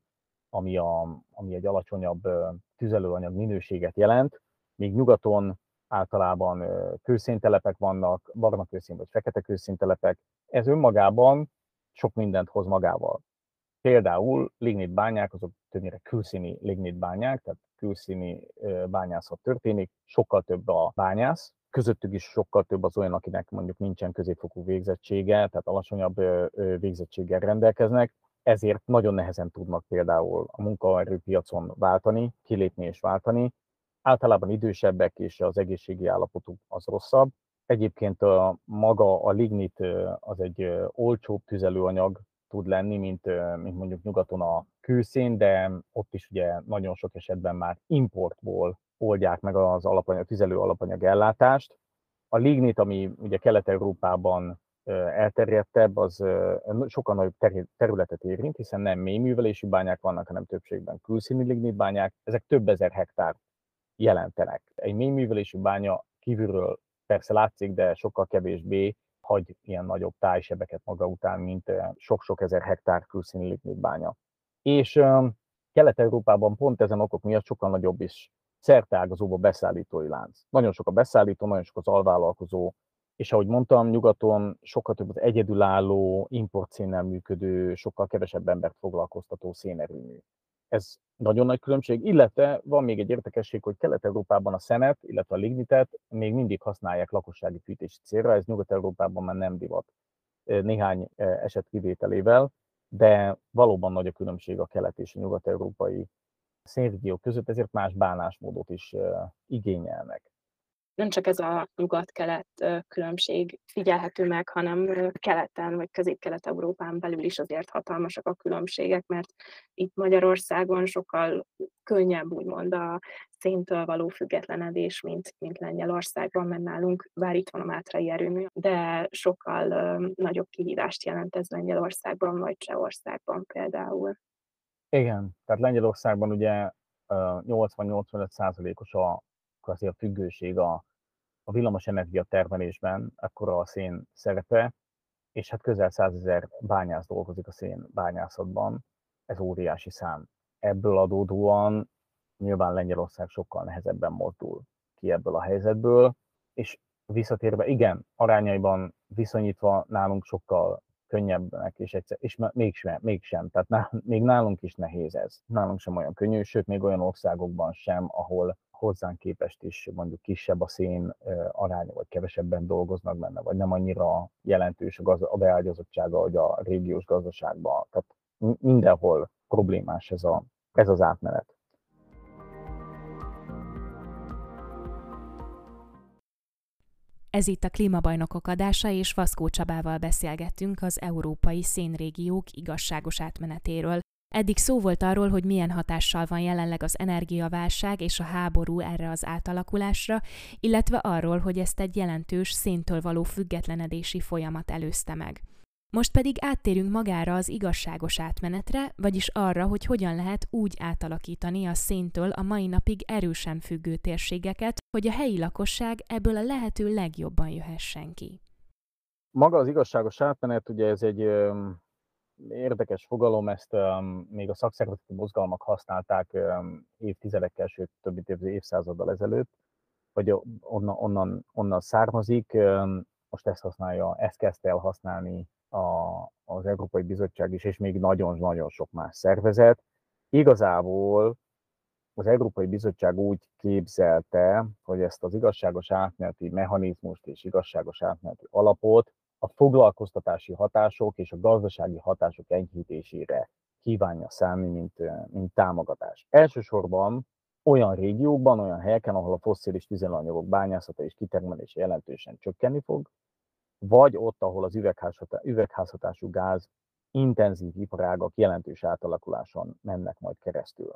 ami egy alacsonyabb tüzelőanyag minőséget jelent, míg nyugaton általában kőszéntelepek vannak, barna kőszén vagy fekete kőszéntelepek. Ez önmagában sok mindent hoz magával. Például lignitbányák, azok többnyire külszíni lignitbányák, tehát külszíni bányászat történik, sokkal több a bányász, közöttük is sokkal több az olyan, akinek mondjuk nincsen középfokú végzettsége, tehát alacsonyabb végzettséggel rendelkeznek, ezért nagyon nehezen tudnak például a munkaerőpiacon váltani, kilépni és váltani. Általában idősebbek, és az egészségi állapotuk az rosszabb. Egyébként maga a lignit az egy olcsóbb tüzelőanyag tud lenni, mint mondjuk nyugaton a kőszén, de ott is ugye nagyon sok esetben már importból oldják meg az tüzelő alapanyag ellátást. A lignit, ami ugye Kelet-Európában elterjedtebb, az sokkal nagyobb területet érint, hiszen nem mélyművelésű bányák vannak, hanem többségben külszíni lignitbányák. Ezek több ezer hektár jelentenek. Egy mélyművelésű bánya kívülről persze látszik, de sokkal kevésbé hagy ilyen nagyobb tájsebeket maga után, mint sok-sok ezer hektár külszíni lignitbánya. És Kelet-Európában pont ezen okok miatt sokkal nagyobb is szerteágazóbb a beszállítói lánc. Nagyon sok a beszállító, nagyon sok az alvállalkozó, és ahogy mondtam, nyugaton sokkal több az egyedülálló, importszénnel működő, sokkal kevesebb embert foglalkoztató szénerőmű. Ez nagyon nagy különbség, illetve van még egy érdekesség, hogy Kelet-Európában a szenet, illetve a lignitet még mindig használják lakossági fűtési célra, ez Nyugat-Európában már nem divat, néhány eset kivételével, de valóban nagy a különbség a kelet- és a nyugat-európai szénrégiók között, ezért más bánásmódot is igényelnek. Nem csak ez a nyugat-kelet különbség figyelhető meg, hanem keleten vagy közép-kelet-európán belül is azért hatalmasak a különbségek, mert itt Magyarországon sokkal könnyebb úgymond a széntől való függetlenedés, mint Lengyelországban, mert nálunk, bár itt van a mátrai erőmű, de sokkal nagyobb kihívást jelent ez Lengyelországban vagy Csehországban például. Igen, tehát Lengyelországban ugye 80-85%-os azért a függőség a villamos energia termelésben, akkora a szén szerepe, és hát közel 100 000 bányász dolgozik a szén bányászatban, ez óriási szám. Ebből adódóan nyilván Lengyelország sokkal nehezebben mozdul ki ebből a helyzetből, és visszatérve, igen, arányaiban viszonyítva nálunk sokkal könnyebbnek, és mégsem, tehát még nálunk is nehéz ez. Nálunk sem olyan könnyű, sőt, még olyan országokban sem, ahol hozzánk képest is mondjuk kisebb a szén aránya, vagy kevesebben dolgoznak benne, vagy nem annyira jelentős a beágyazottsága, hogy a régiós gazdaságban. Tehát mindenhol problémás ez az átmenet. Ez itt a Klímabajnokok adása, és Vaszkó Csabával beszélgettünk az európai szénrégiók igazságos átmenetéről. Eddig szó volt arról, hogy milyen hatással van jelenleg az energiaválság és a háború erre az átalakulásra, illetve arról, hogy ezt egy jelentős széntől való függetlenedési folyamat előzte meg. Most pedig áttérünk magára az igazságos átmenetre, vagyis arra, hogy hogyan lehet úgy átalakítani a széntől a mai napig erősen függő térségeket, hogy a helyi lakosság ebből a lehető legjobban jöhessen ki. Maga az igazságos átmenet, ugye ez egy érdekes fogalom, ezt még a szakszervezeti mozgalmak használták évtizedekkel, sőt több mint évszázaddal ezelőtt, vagy onnan származik. Most ezt kezdte el használni az Európai Bizottság is, és még nagyon-nagyon sok más szervezet. Igazából az Európai Bizottság úgy képzelte, hogy ezt az igazságos átmeneti mechanizmust és igazságos átmeneti alapot a foglalkoztatási hatások és a gazdasági hatások enyhítésére kívánja szállni, mint támogatás. Elsősorban olyan régiókban, olyan helyeken, ahol a fosszilis tüzelőanyagok bányászata és kitermelése jelentősen csökkenni fog, vagy ott, ahol az üvegházhatású gáz intenzív iparágak jelentős átalakuláson mennek majd keresztül.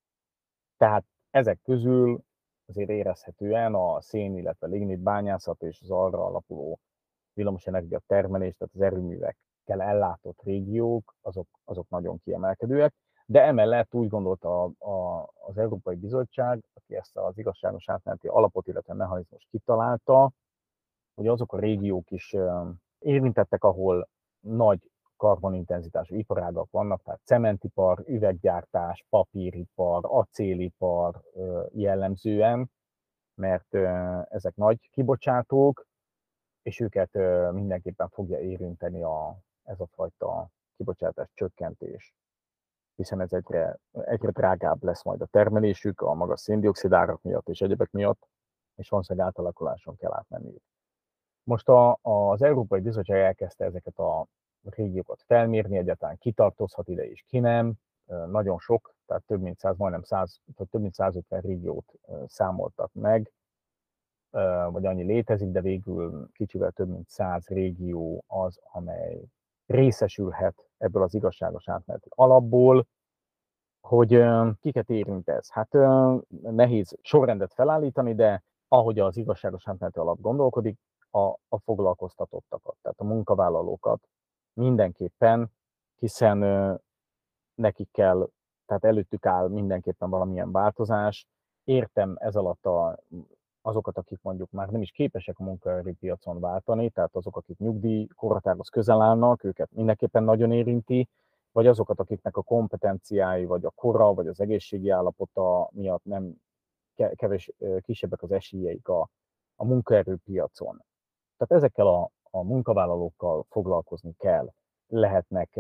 Tehát ezek közül azért érezhetően a szén, illetve lignit bányászat és az arra alapuló villamosenergia termelés, tehát az erőművekkel ellátott régiók, azok nagyon kiemelkedőek, de emellett úgy gondolta az Európai Bizottság, aki ezt az igazságos átmeneti alapot, illetve mechanizmust kitalálta, hogy azok a régiók is érintettek, ahol nagy karbonintenzitású iparágak vannak, tehát cementipar, üveggyártás, papíripar, acélipar jellemzően, mert ezek nagy kibocsátók, és őket mindenképpen fogja érinteni ez a fajta kibocsátás csökkentés, hiszen ez egyre drágább lesz majd a termelésük a magas szén-dioxid árak miatt és egyebek miatt, és valószínűleg átalakuláson kell átmenniük. Most az Európai Bizottság elkezdte ezeket a régiókat felmérni, egyáltalán kitartozhat ide és ki nem. Nagyon sok, tehát több mint 150 régiót számoltak meg, vagy annyi létezik, de végül kicsivel több mint 100 régió az, amely részesülhet ebből az igazságos átmeneti alapból. Hogy kiket érint ez? Hát nehéz sorrendet felállítani, de ahogy az igazságos átmeneti alap gondolkodik, a foglalkoztatottakat, tehát a munkavállalókat mindenképpen, hiszen nekik kell, tehát előttük áll mindenképpen valamilyen változás. Értem ez alatt azokat, akik mondjuk már nem is képesek a munkaerőpiacon váltani, tehát azok, akik nyugdíjkorhatárhoz közel állnak, őket mindenképpen nagyon érinti, vagy azokat, akiknek a kompetenciái, vagy a kora, vagy az egészségi állapota miatt nem kisebbek az esélyeik a munkaerőpiacon. Tehát ezekkel a munkavállalókkal foglalkozni kell. Lehetnek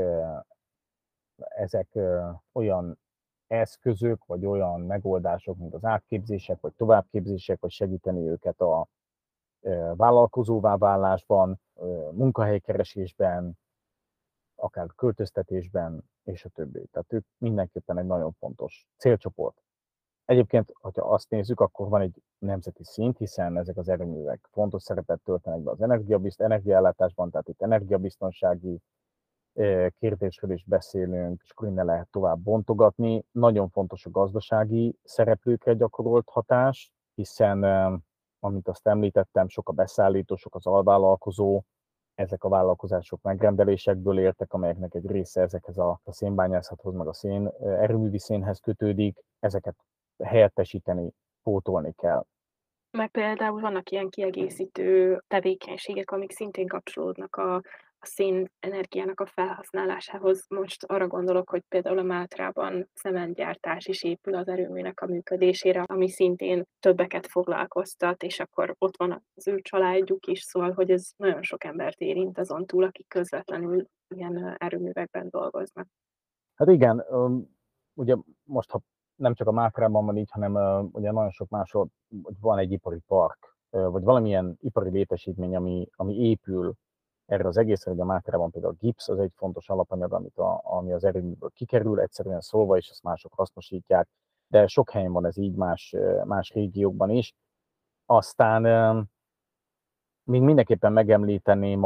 ezek olyan eszközök, vagy olyan megoldások, mint az átképzések, vagy továbbképzések, vagy segíteni őket a vállalkozóvá válásban, munkahelykeresésben, akár költöztetésben, és a többi. Tehát ők mindenképpen egy nagyon fontos célcsoport. Egyébként, ha azt nézzük, akkor van egy nemzeti szint, hiszen ezek az erőművek fontos szerepet töltenek be az energiaellátásban, tehát itt energiabiztonsági kérdésről is beszélünk, és akkor innen lehet tovább bontogatni. Nagyon fontos a gazdasági szereplőkre gyakorolt hatás, hiszen, amint azt említettem, sok a beszállító, sok az alvállalkozó, ezek a vállalkozások megrendelésekből éltek, amelyeknek egy része ezekhez a szénbányászathoz, meg a erőművi szénhez kötődik, ezeket helyettesíteni, pótolni kell. Meg például vannak ilyen kiegészítő tevékenységek, amik szintén kapcsolódnak a szénenergiának a felhasználásához. Most arra gondolok, hogy például a Mátrában cementgyártás is épül az erőműnek a működésére, ami szintén többeket foglalkoztat, és akkor ott van az ő családjuk is, szóval, hogy ez nagyon sok embert érint azon túl, akik közvetlenül ilyen erőművekben dolgoznak. Hát igen, ugye most, ha nem csak a Mátrában van így, hanem ugye nagyon sok máshol van egy ipari park, vagy valamilyen ipari létesítmény, ami épül erre az egészre, hogy a Mátrában például a gipsz az egy fontos alapanyag, ami az erőműből kikerül, egyszerűen szólva, és ezt mások hasznosítják, de sok helyen van ez így, más régiókban is. Aztán Még mindenképpen megemlíteném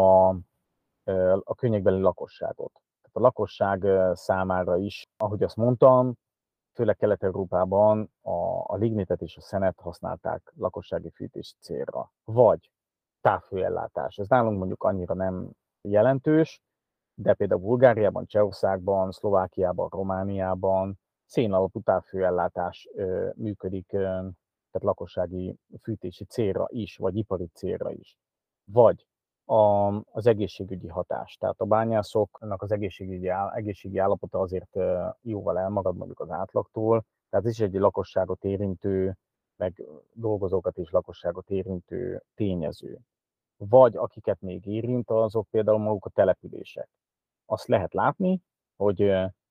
a környékbeli lakosságot. Tehát a lakosság számára is, ahogy azt mondtam, főleg Kelet-Európában a lignitet és a szenet használták lakossági fűtési célra. Vagy távhőellátás. Ez nálunk mondjuk annyira nem jelentős, de például Bulgáriában, Csehországban, Szlovákiában, Romániában szénalapú távhőellátás működik, tehát lakossági fűtési célra is, vagy ipari célra is. Vagy az egészségügyi hatás. Tehát a bányászoknak az egészségi állapota azért jóval elmarad mondjuk az átlagtól, tehát ez is egy lakosságot érintő, meg dolgozókat és lakosságot érintő tényező. Vagy akiket még érint, azok például maguk a települések. Azt lehet látni, hogy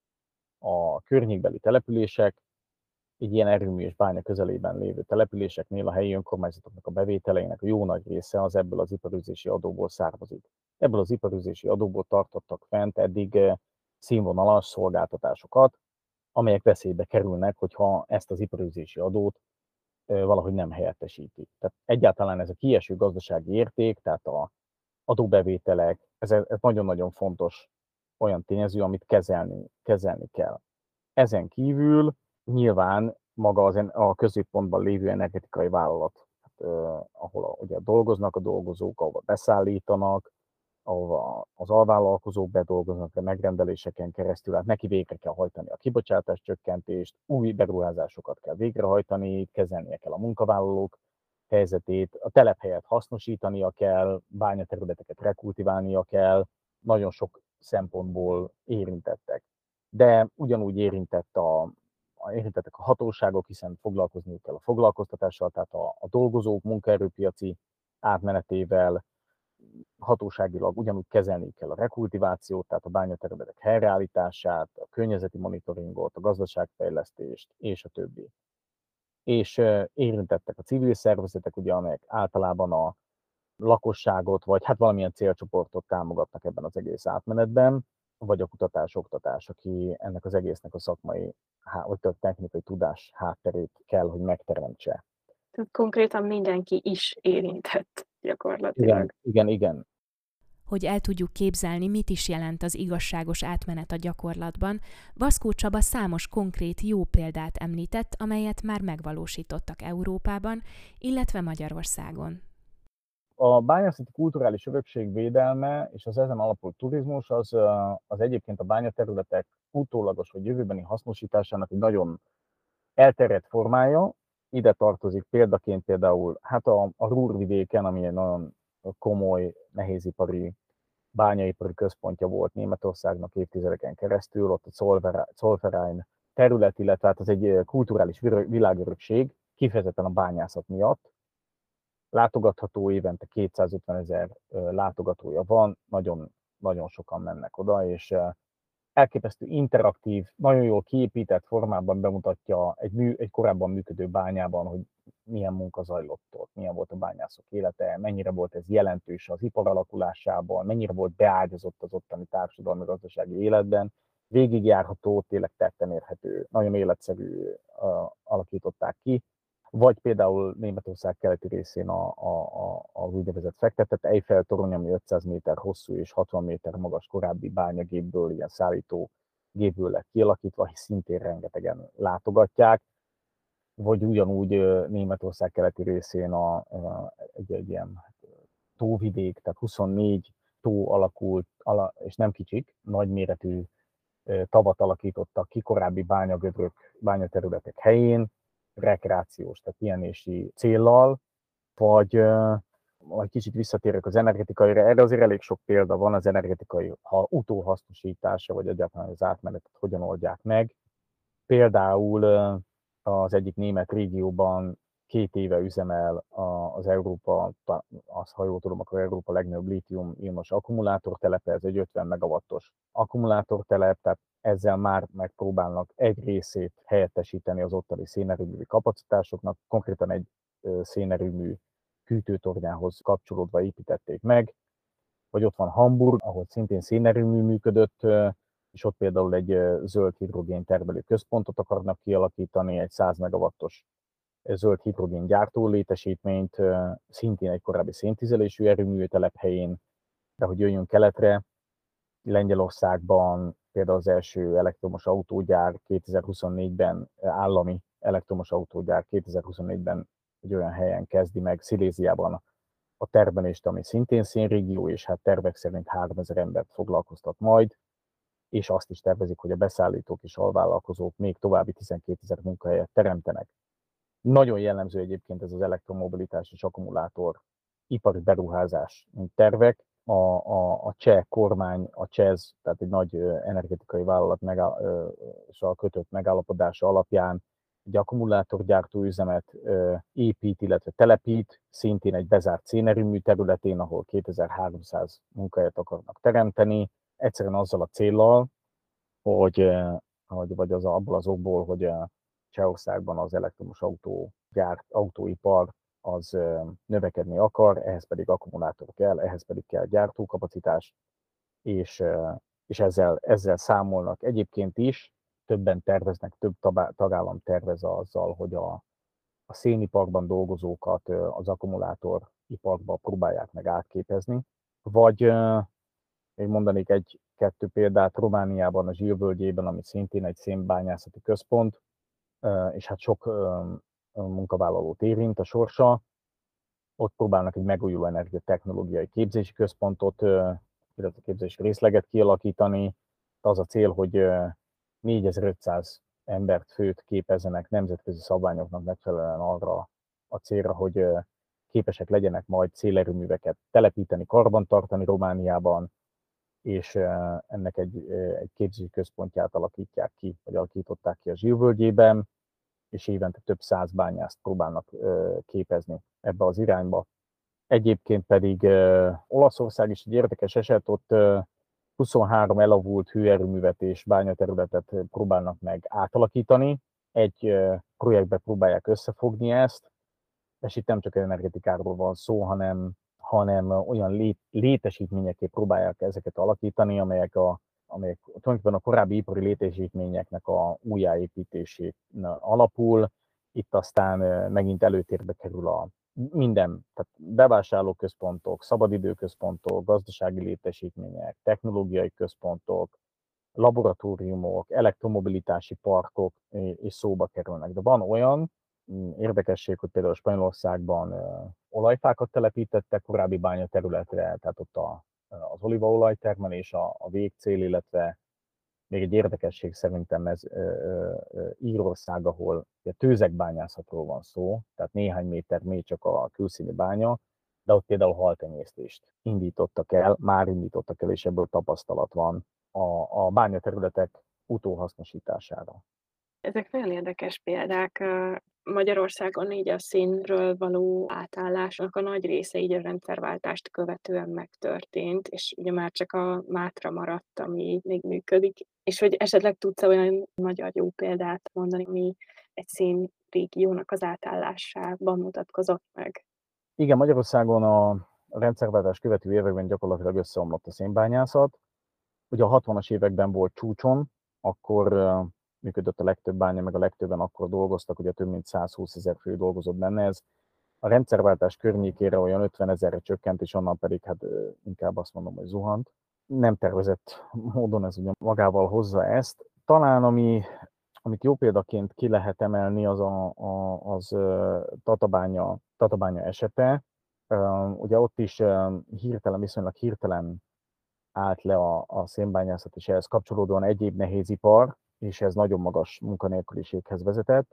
a környékbeli települések, egy ilyen erőmű és bánya közelében lévő településeknél a helyi önkormányzatoknak a bevételeinek a jó nagy része az ebből az iparűzési adóból származik. Ebből az iparűzési adóból tartottak fent eddig színvonalas szolgáltatásokat, amelyek veszélybe kerülnek, hogyha ezt az iparűzési adót valahogy nem helyettesíti. Tehát egyáltalán ez a kieső gazdasági érték, tehát az adóbevételek, ez nagyon-nagyon fontos olyan tényező, amit kezelni kell. Ezen kívül nyilván maga a középpontban lévő energetikai vállalat, ahol ugye dolgoznak a dolgozók, ahol beszállítanak, ahova az alvállalkozók bedolgoznak a megrendeléseken keresztül, hát neki végre kell hajtani a kibocsátás csökkentést, új beruházásokat kell végrehajtani, kezelnie kell a munkavállalók helyzetét, a telephelyet hasznosítania kell, bányaterületeket rekultiválnia kell, nagyon sok szempontból érintettek. De ugyanúgy érintettek a hatóságok, hiszen foglalkozniuk kell a foglalkoztatással, tehát a dolgozók munkaerőpiaci átmenetével, hatóságilag ugyanúgy kezelni kell a rekultivációt, tehát a bányaterületek helyreállítását, a környezeti monitoringot, a gazdaságfejlesztést, és a többi. És érintettek a civil szervezetek, ugye, amelyek általában a lakosságot, vagy hát valamilyen célcsoportot támogatnak ebben az egész átmenetben, vagy a kutatás-oktatás, aki ennek az egésznek a szakmai, vagy a technikai tudás hátterét kell, hogy megteremtse. Tehát konkrétan mindenki is érintett gyakorlatilag. Igen. Hogy el tudjuk képzelni, mit is jelent az igazságos átmenet a gyakorlatban, Vaskó Csaba számos konkrét jó példát említett, amelyet már megvalósítottak Európában, illetve Magyarországon. A bányászati kulturális örökség védelme és az ezen alapuló turizmus az egyébként a bányaterületek utólagos vagy jövőbeni hasznosításának egy nagyon elterjedt formája. Ide tartozik példaként például hát a Ruhrvidéken, ami egy nagyon komoly, nehézipari, bányaipari központja volt Németországnak évtizedeken keresztül, ott a Zollverein terület, illetve hát az egy kulturális világörökség, kifejezetten a bányászat miatt. Látogatható, évente 250 000 látogatója van, nagyon, nagyon sokan mennek oda, és elképesztő interaktív, nagyon jól kiépített formában bemutatja egy korábban működő bányában, hogy milyen munka zajlott ott, milyen volt a bányászok élete, mennyire volt ez jelentős az ipar alakulásában, mennyire volt beágyazott az ottani társadalmi-gazdasági életben. Végigjárható, tényleg tetten érhető, nagyon életszerű alakították ki. Vagy például Németország keleti részén a úgynevezett fektetett Eiffel torony, ami 500 méter hosszú és 60 méter magas korábbi bányagépből, ilyen szállító gépből lett kialakítva, szintén rengetegen látogatják. Vagy ugyanúgy Németország keleti részén egy ilyen tóvidék, tehát 24 tó alakult, és nem kicsik, nagyméretű tavat alakítottak ki korábbi bányagödrök, bányaterületek helyén, rekreációs, tehát pihenési céllal, vagy kicsit visszatérek az energetikaira, erre azért elég sok példa van, az energetikai utóhasznosítása, vagy egyáltalán az átmenetet hogyan oldják meg. Például az egyik német régióban 2 éve üzemel az Európa, ha jól tudom, akkor Európa legnagyobb lítium-ionos akkumulátortelepe, ez egy 50 megawattos akkumulátortelep, tehát ezzel már megpróbálnak egy részét helyettesíteni az ottani szénerőművi kapacitásoknak, konkrétan egy szénerőmű hűtőtornyához kapcsolódva építették meg, vagy ott van Hamburg, ahol szintén szénerőmű működött, és ott például egy zöld hidrogén termelő központot akarnak kialakítani, egy 100 megawattos zöld hidrogén gyártó létesítményt, szintén egy korábbi széntüzelésű erőmű telephelyén, de hogy jöjjön keletre, Lengyelországban például az első elektromos autógyár 2024-ben, állami elektromos autógyár 2024-ben egy olyan helyen kezdi meg, Sziléziában a termelést, ami szintén szénrégió, és hát tervek szerint 3000 embert foglalkoztat majd, és azt is tervezik, hogy a beszállítók és alvállalkozók még további 12 000 munkahelyet teremtenek. Nagyon jellemző egyébként ez az elektromobilitás és akkumulátor ipari beruházás tervek. A cseh kormány, a ČEZ, tehát egy nagy energetikai vállalat kötött megállapodása alapján egy akkumulátorgyártó üzemet épít, illetve telepít, szintén egy bezárt szénerőmű területén, ahol 2300 munkahelyet akarnak teremteni, egyszerűen azzal a céllal, vagy abból az okból, hogy Csehországban az elektromos autóipar az növekedni akar, ehhez pedig akkumulátor kell, ehhez pedig kell gyártókapacitás, és ezzel számolnak egyébként is, többen terveznek, több tagállam tervez azzal, hogy a széniparban dolgozókat az akkumulátoriparba próbálják meg átképezni, vagy még mondanék egy-kettő példát, Romániában, a Zsilvölgyében, ami szintén egy szénbányászati központ, és hát sok munkavállalót érint a sorsa. Ott próbálnak egy megújuló energiatechnológiai képzési központot, illetve képzési részleget kialakítani. Az a cél, hogy 4500 embert, főt képezzenek nemzetközi szabványoknak megfelelően arra a célra, hogy képesek legyenek majd szélerőműveket telepíteni, karbantartani Romániában, és ennek egy képzési központját alakították ki a Zsilvölgyében, és évente több száz bányászt próbálnak képezni ebbe az irányba. Egyébként pedig Olaszország is egy érdekes eset, ott 23 elavult hőerőművet és bányaterületet próbálnak meg átalakítani. Egy projektbe próbálják összefogni ezt, és itt nem csak energetikáról van szó, hanem olyan létesítményekké próbálják ezeket alakítani, amelyek tulajdonképpen a korábbi ipari létesítményeknek a újjáépítését alapul. Itt aztán megint előtérbe kerül minden, tehát bevásárlóközpontok, szabadidőközpontok, gazdasági létesítmények, technológiai központok, laboratóriumok, elektromobilitási parkok is szóba kerülnek. De van olyan érdekesség, hogy például Spanyolországban olajfákat telepítettek korábbi bányaterületre, tehát ott az olívaolajtermelés a végcél, illetve még egy érdekesség szerintem ez Írország, ahol tőzegbányászatról van szó, tehát néhány méter mély csak a külszíni bánya, de ott például haltenyésztést indítottak el, és ebből tapasztalat van a bányaterületek utóhasznosítására. Ezek nagyon érdekes példák. Magyarországon így a szénről való átállásnak a nagy része így a rendszerváltást követően megtörtént, és ugye már csak a Mátra maradt, ami még működik. És hogy esetleg tudsz olyan magyar jó példát mondani, ami egy szénrégiónak az átállásában mutatkozott meg? Igen, Magyarországon a rendszerváltás követő években gyakorlatilag összeomlott a szénbányászat. Ugye a 60-as években volt csúcson, akkor működött a legtöbb bánya, meg a legtöbben akkor dolgoztak, ugye több mint 120 000 fő dolgozott benne. Ez a rendszerváltás környékére olyan 50 000-re csökkent, és onnan pedig hát inkább azt mondom, hogy zuhant. Nem tervezett módon ez ugye magával hozza ezt. Talán amit jó példaként ki lehet emelni, az Tatabánya esete. Ugye ott is viszonylag hirtelen állt le a szénbányászat, és ehhez kapcsolódóan egyéb nehézipar, és ez nagyon magas munkanélküliséghez vezetett,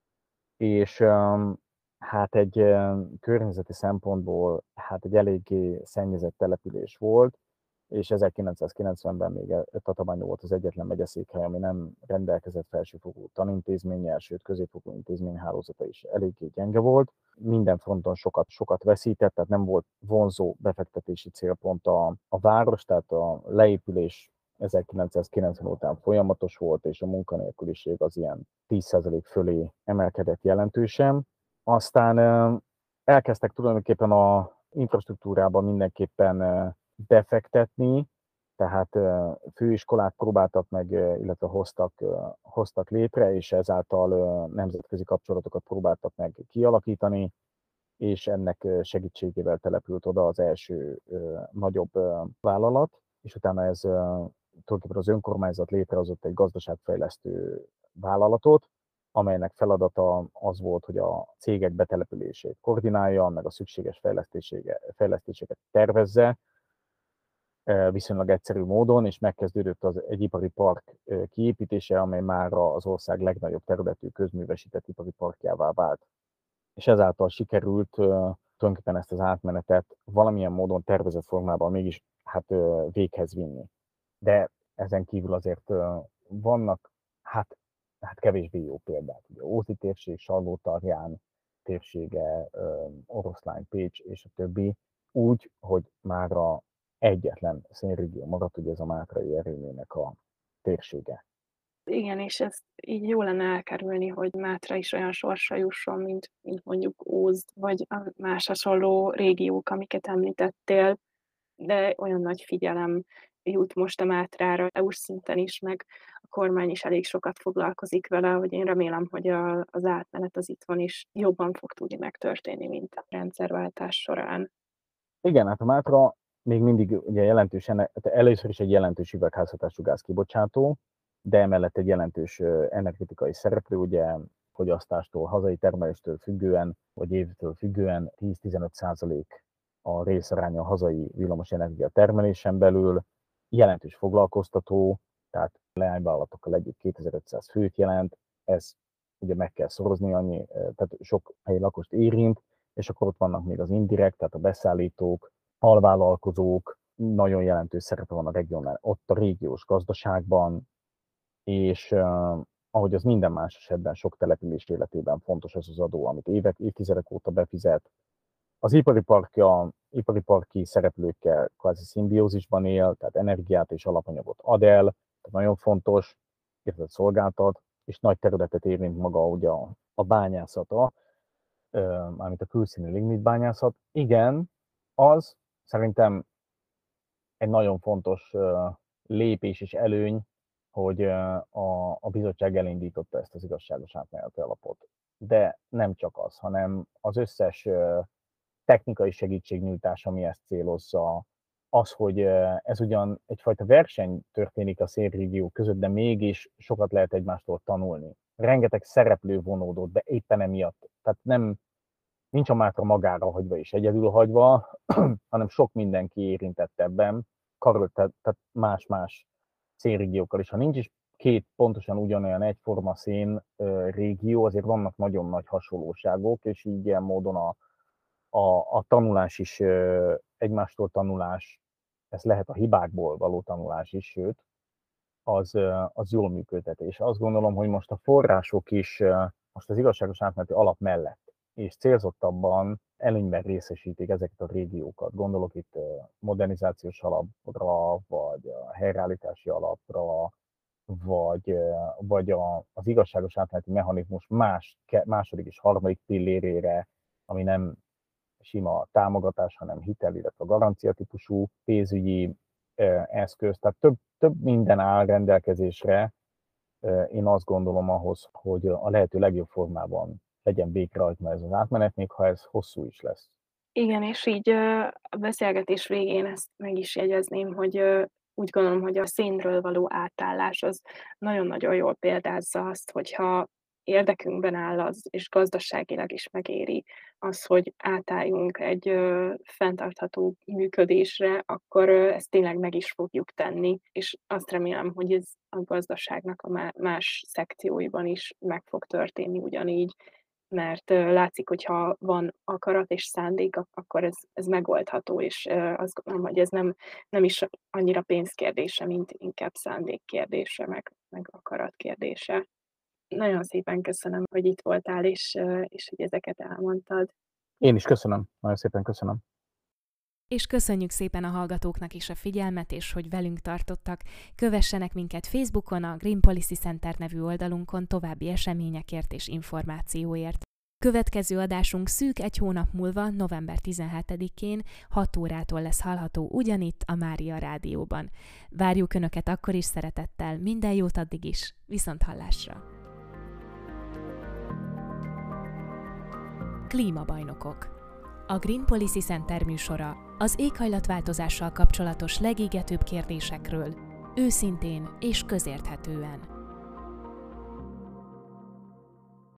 és hát egy környezeti szempontból hát egy eléggé szennyezett település volt, és 1990-ben még Tatabánya volt az egyetlen megyeszékhely, ami nem rendelkezett felsőfokú tanintézménnyel, sőt középfokú intézményhálózata is eléggé gyenge volt. Minden fronton sokat veszített, tehát nem volt vonzó befektetési célpont a város, tehát a leépülés 1990 után folyamatos volt, és a munkanélküliség az ilyen 10% fölé emelkedett jelentősen. Aztán elkezdtek tulajdonképpen a infrastruktúrában mindenképpen befektetni, Tehát főiskolát próbáltak meg, illetve hoztak létre, és ezáltal nemzetközi kapcsolatokat próbáltak meg kialakítani, és ennek segítségével települt oda az első nagyobb vállalat, és utána ez tulajdonképpen az önkormányzat létrehozott egy gazdaságfejlesztő vállalatot, amelynek feladata az volt, hogy a cégek betelepülését koordinálja, meg a szükséges fejlesztéseket tervezze, viszonylag egyszerű módon, és megkezdődött egy ipari park kiépítése, amely mára az ország legnagyobb területű közművesített ipari parkjává vált. És ezáltal sikerült tulajdonképpen ezt az átmenetet valamilyen módon tervezett formában mégis véghez vinni. De ezen kívül azért vannak kevésbé jó példák. Ugye Ózdi térség, Salgótarján térsége, Oroszlány, Pécs és a többi, úgy, hogy mára egyetlen szénrégió maradt, ugye ez a Mátrai erőműnek a térsége. Igen, és ezt így jó lenne elkerülni, hogy Mátra is olyan sorsra jusson, mint mondjuk Ózd, vagy a más hasonló régiók, amiket említettél, de olyan nagy figyelem jut most a Mátrára, EU-s szinten is, meg a kormány is elég sokat foglalkozik vele, hogy én remélem, hogy az átmenet az itthon is jobban fog tudni megtörténni, mint a rendszerváltás során. Igen, hát a Mátra még mindig ugye jelentősen, először is egy jelentős üvegházhatású gázkibocsátó, de emellett egy jelentős energetikai szereplő, ugye fogyasztástól, hazai termeléstől függően, vagy évtől függően 10-15% a részaránya a hazai villamosenergia termelésen belül, jelentős foglalkoztató, tehát leányvállalatokkal együtt 2500 főt jelent, ez ugye meg kell szorozni, annyi, tehát sok helyi lakost érint, és akkor ott vannak még az indirekt, tehát a beszállítók, alvállalkozók, nagyon jelentős szerepe van ott a régiós gazdaságban, és ahogy az minden más esetben sok település életében fontos az adó, amit évtizedek óta befizet. Az ipari parki szereplőkkel kvázi szimbiózisban él, tehát energiát és alapanyagot ad el, tehát nagyon fontos, illetve szolgáltat, és nagy területet érint maga ugye a bányászata, mármint a külszíni lignitbányászat. Igen, az szerintem egy nagyon fontos lépés és előny, hogy a bizottság elindította ezt az igazságos átmeneti alapot. De nem csak az, hanem az összes technikai segítségnyújtás, ami ezt célozza, az, hogy ez ugyan egyfajta verseny történik a szélrégiók között, de mégis sokat lehet egymástól tanulni. Rengeteg szereplő vonódott be éppen emiatt. Tehát nincs a Mátra magára hagyva és egyedül hagyva, hanem sok mindenki érintett ebben, tehát más-más szénrégiókkal is. Ha nincs is két pontosan ugyanolyan egyforma szén régió, azért vannak nagyon nagy hasonlóságok, és így ilyen módon a tanulás is, egymástól tanulás, ez lehet a hibákból való tanulás is, sőt, az jól működhet. És azt gondolom, hogy most a források is most az igazságos átmeneti alap mellett és célzottabban előnyben részesítik ezeket a régiókat. Gondolok itt modernizációs alapra, vagy a helyreállítási alapra, vagy az igazságos átmeneti mechanizmus második és harmadik pillérére, ami nem sima támogatás, hanem hitel, illetve garancia típusú pénzügyi eszköz. Tehát több minden áll rendelkezésre, én azt gondolom ahhoz, hogy a lehető legjobb formában legyen végrehajtva ez az átmenet, még ha ez hosszú is lesz. Igen, és így a beszélgetés végén ezt meg is jegyezném, hogy úgy gondolom, hogy a szénről való átállás az nagyon-nagyon jól példázza azt, hogyha érdekünkben áll az, és gazdaságilag is megéri az, hogy átálljunk egy fenntartható működésre, akkor ezt tényleg meg is fogjuk tenni, és azt remélem, hogy ez a gazdaságnak a más szekcióiban is meg fog történni ugyanígy, mert látszik, hogyha van akarat és szándék, akkor ez megoldható, és azt gondolom, hogy ez nem is annyira pénzkérdése, mint inkább szándékkérdése, meg akaratkérdése. Nagyon szépen köszönöm, hogy itt voltál, és hogy ezeket elmondtad. Én is köszönöm, nagyon szépen köszönöm. És köszönjük szépen a hallgatóknak is a figyelmet, és hogy velünk tartottak. Kövessenek minket Facebookon, a Green Policy Center nevű oldalunkon további eseményekért és információért. Következő adásunk szűk egy hónap múlva, november 17-én 6 órától lesz hallható ugyanitt a Mária Rádióban. Várjuk Önöket akkor is szeretettel, minden jót addig is, viszonthallásra! Klímabajnokok. A Green Policy Center műsora az éghajlatváltozással kapcsolatos legégetőbb kérdésekről, őszintén és közérthetően.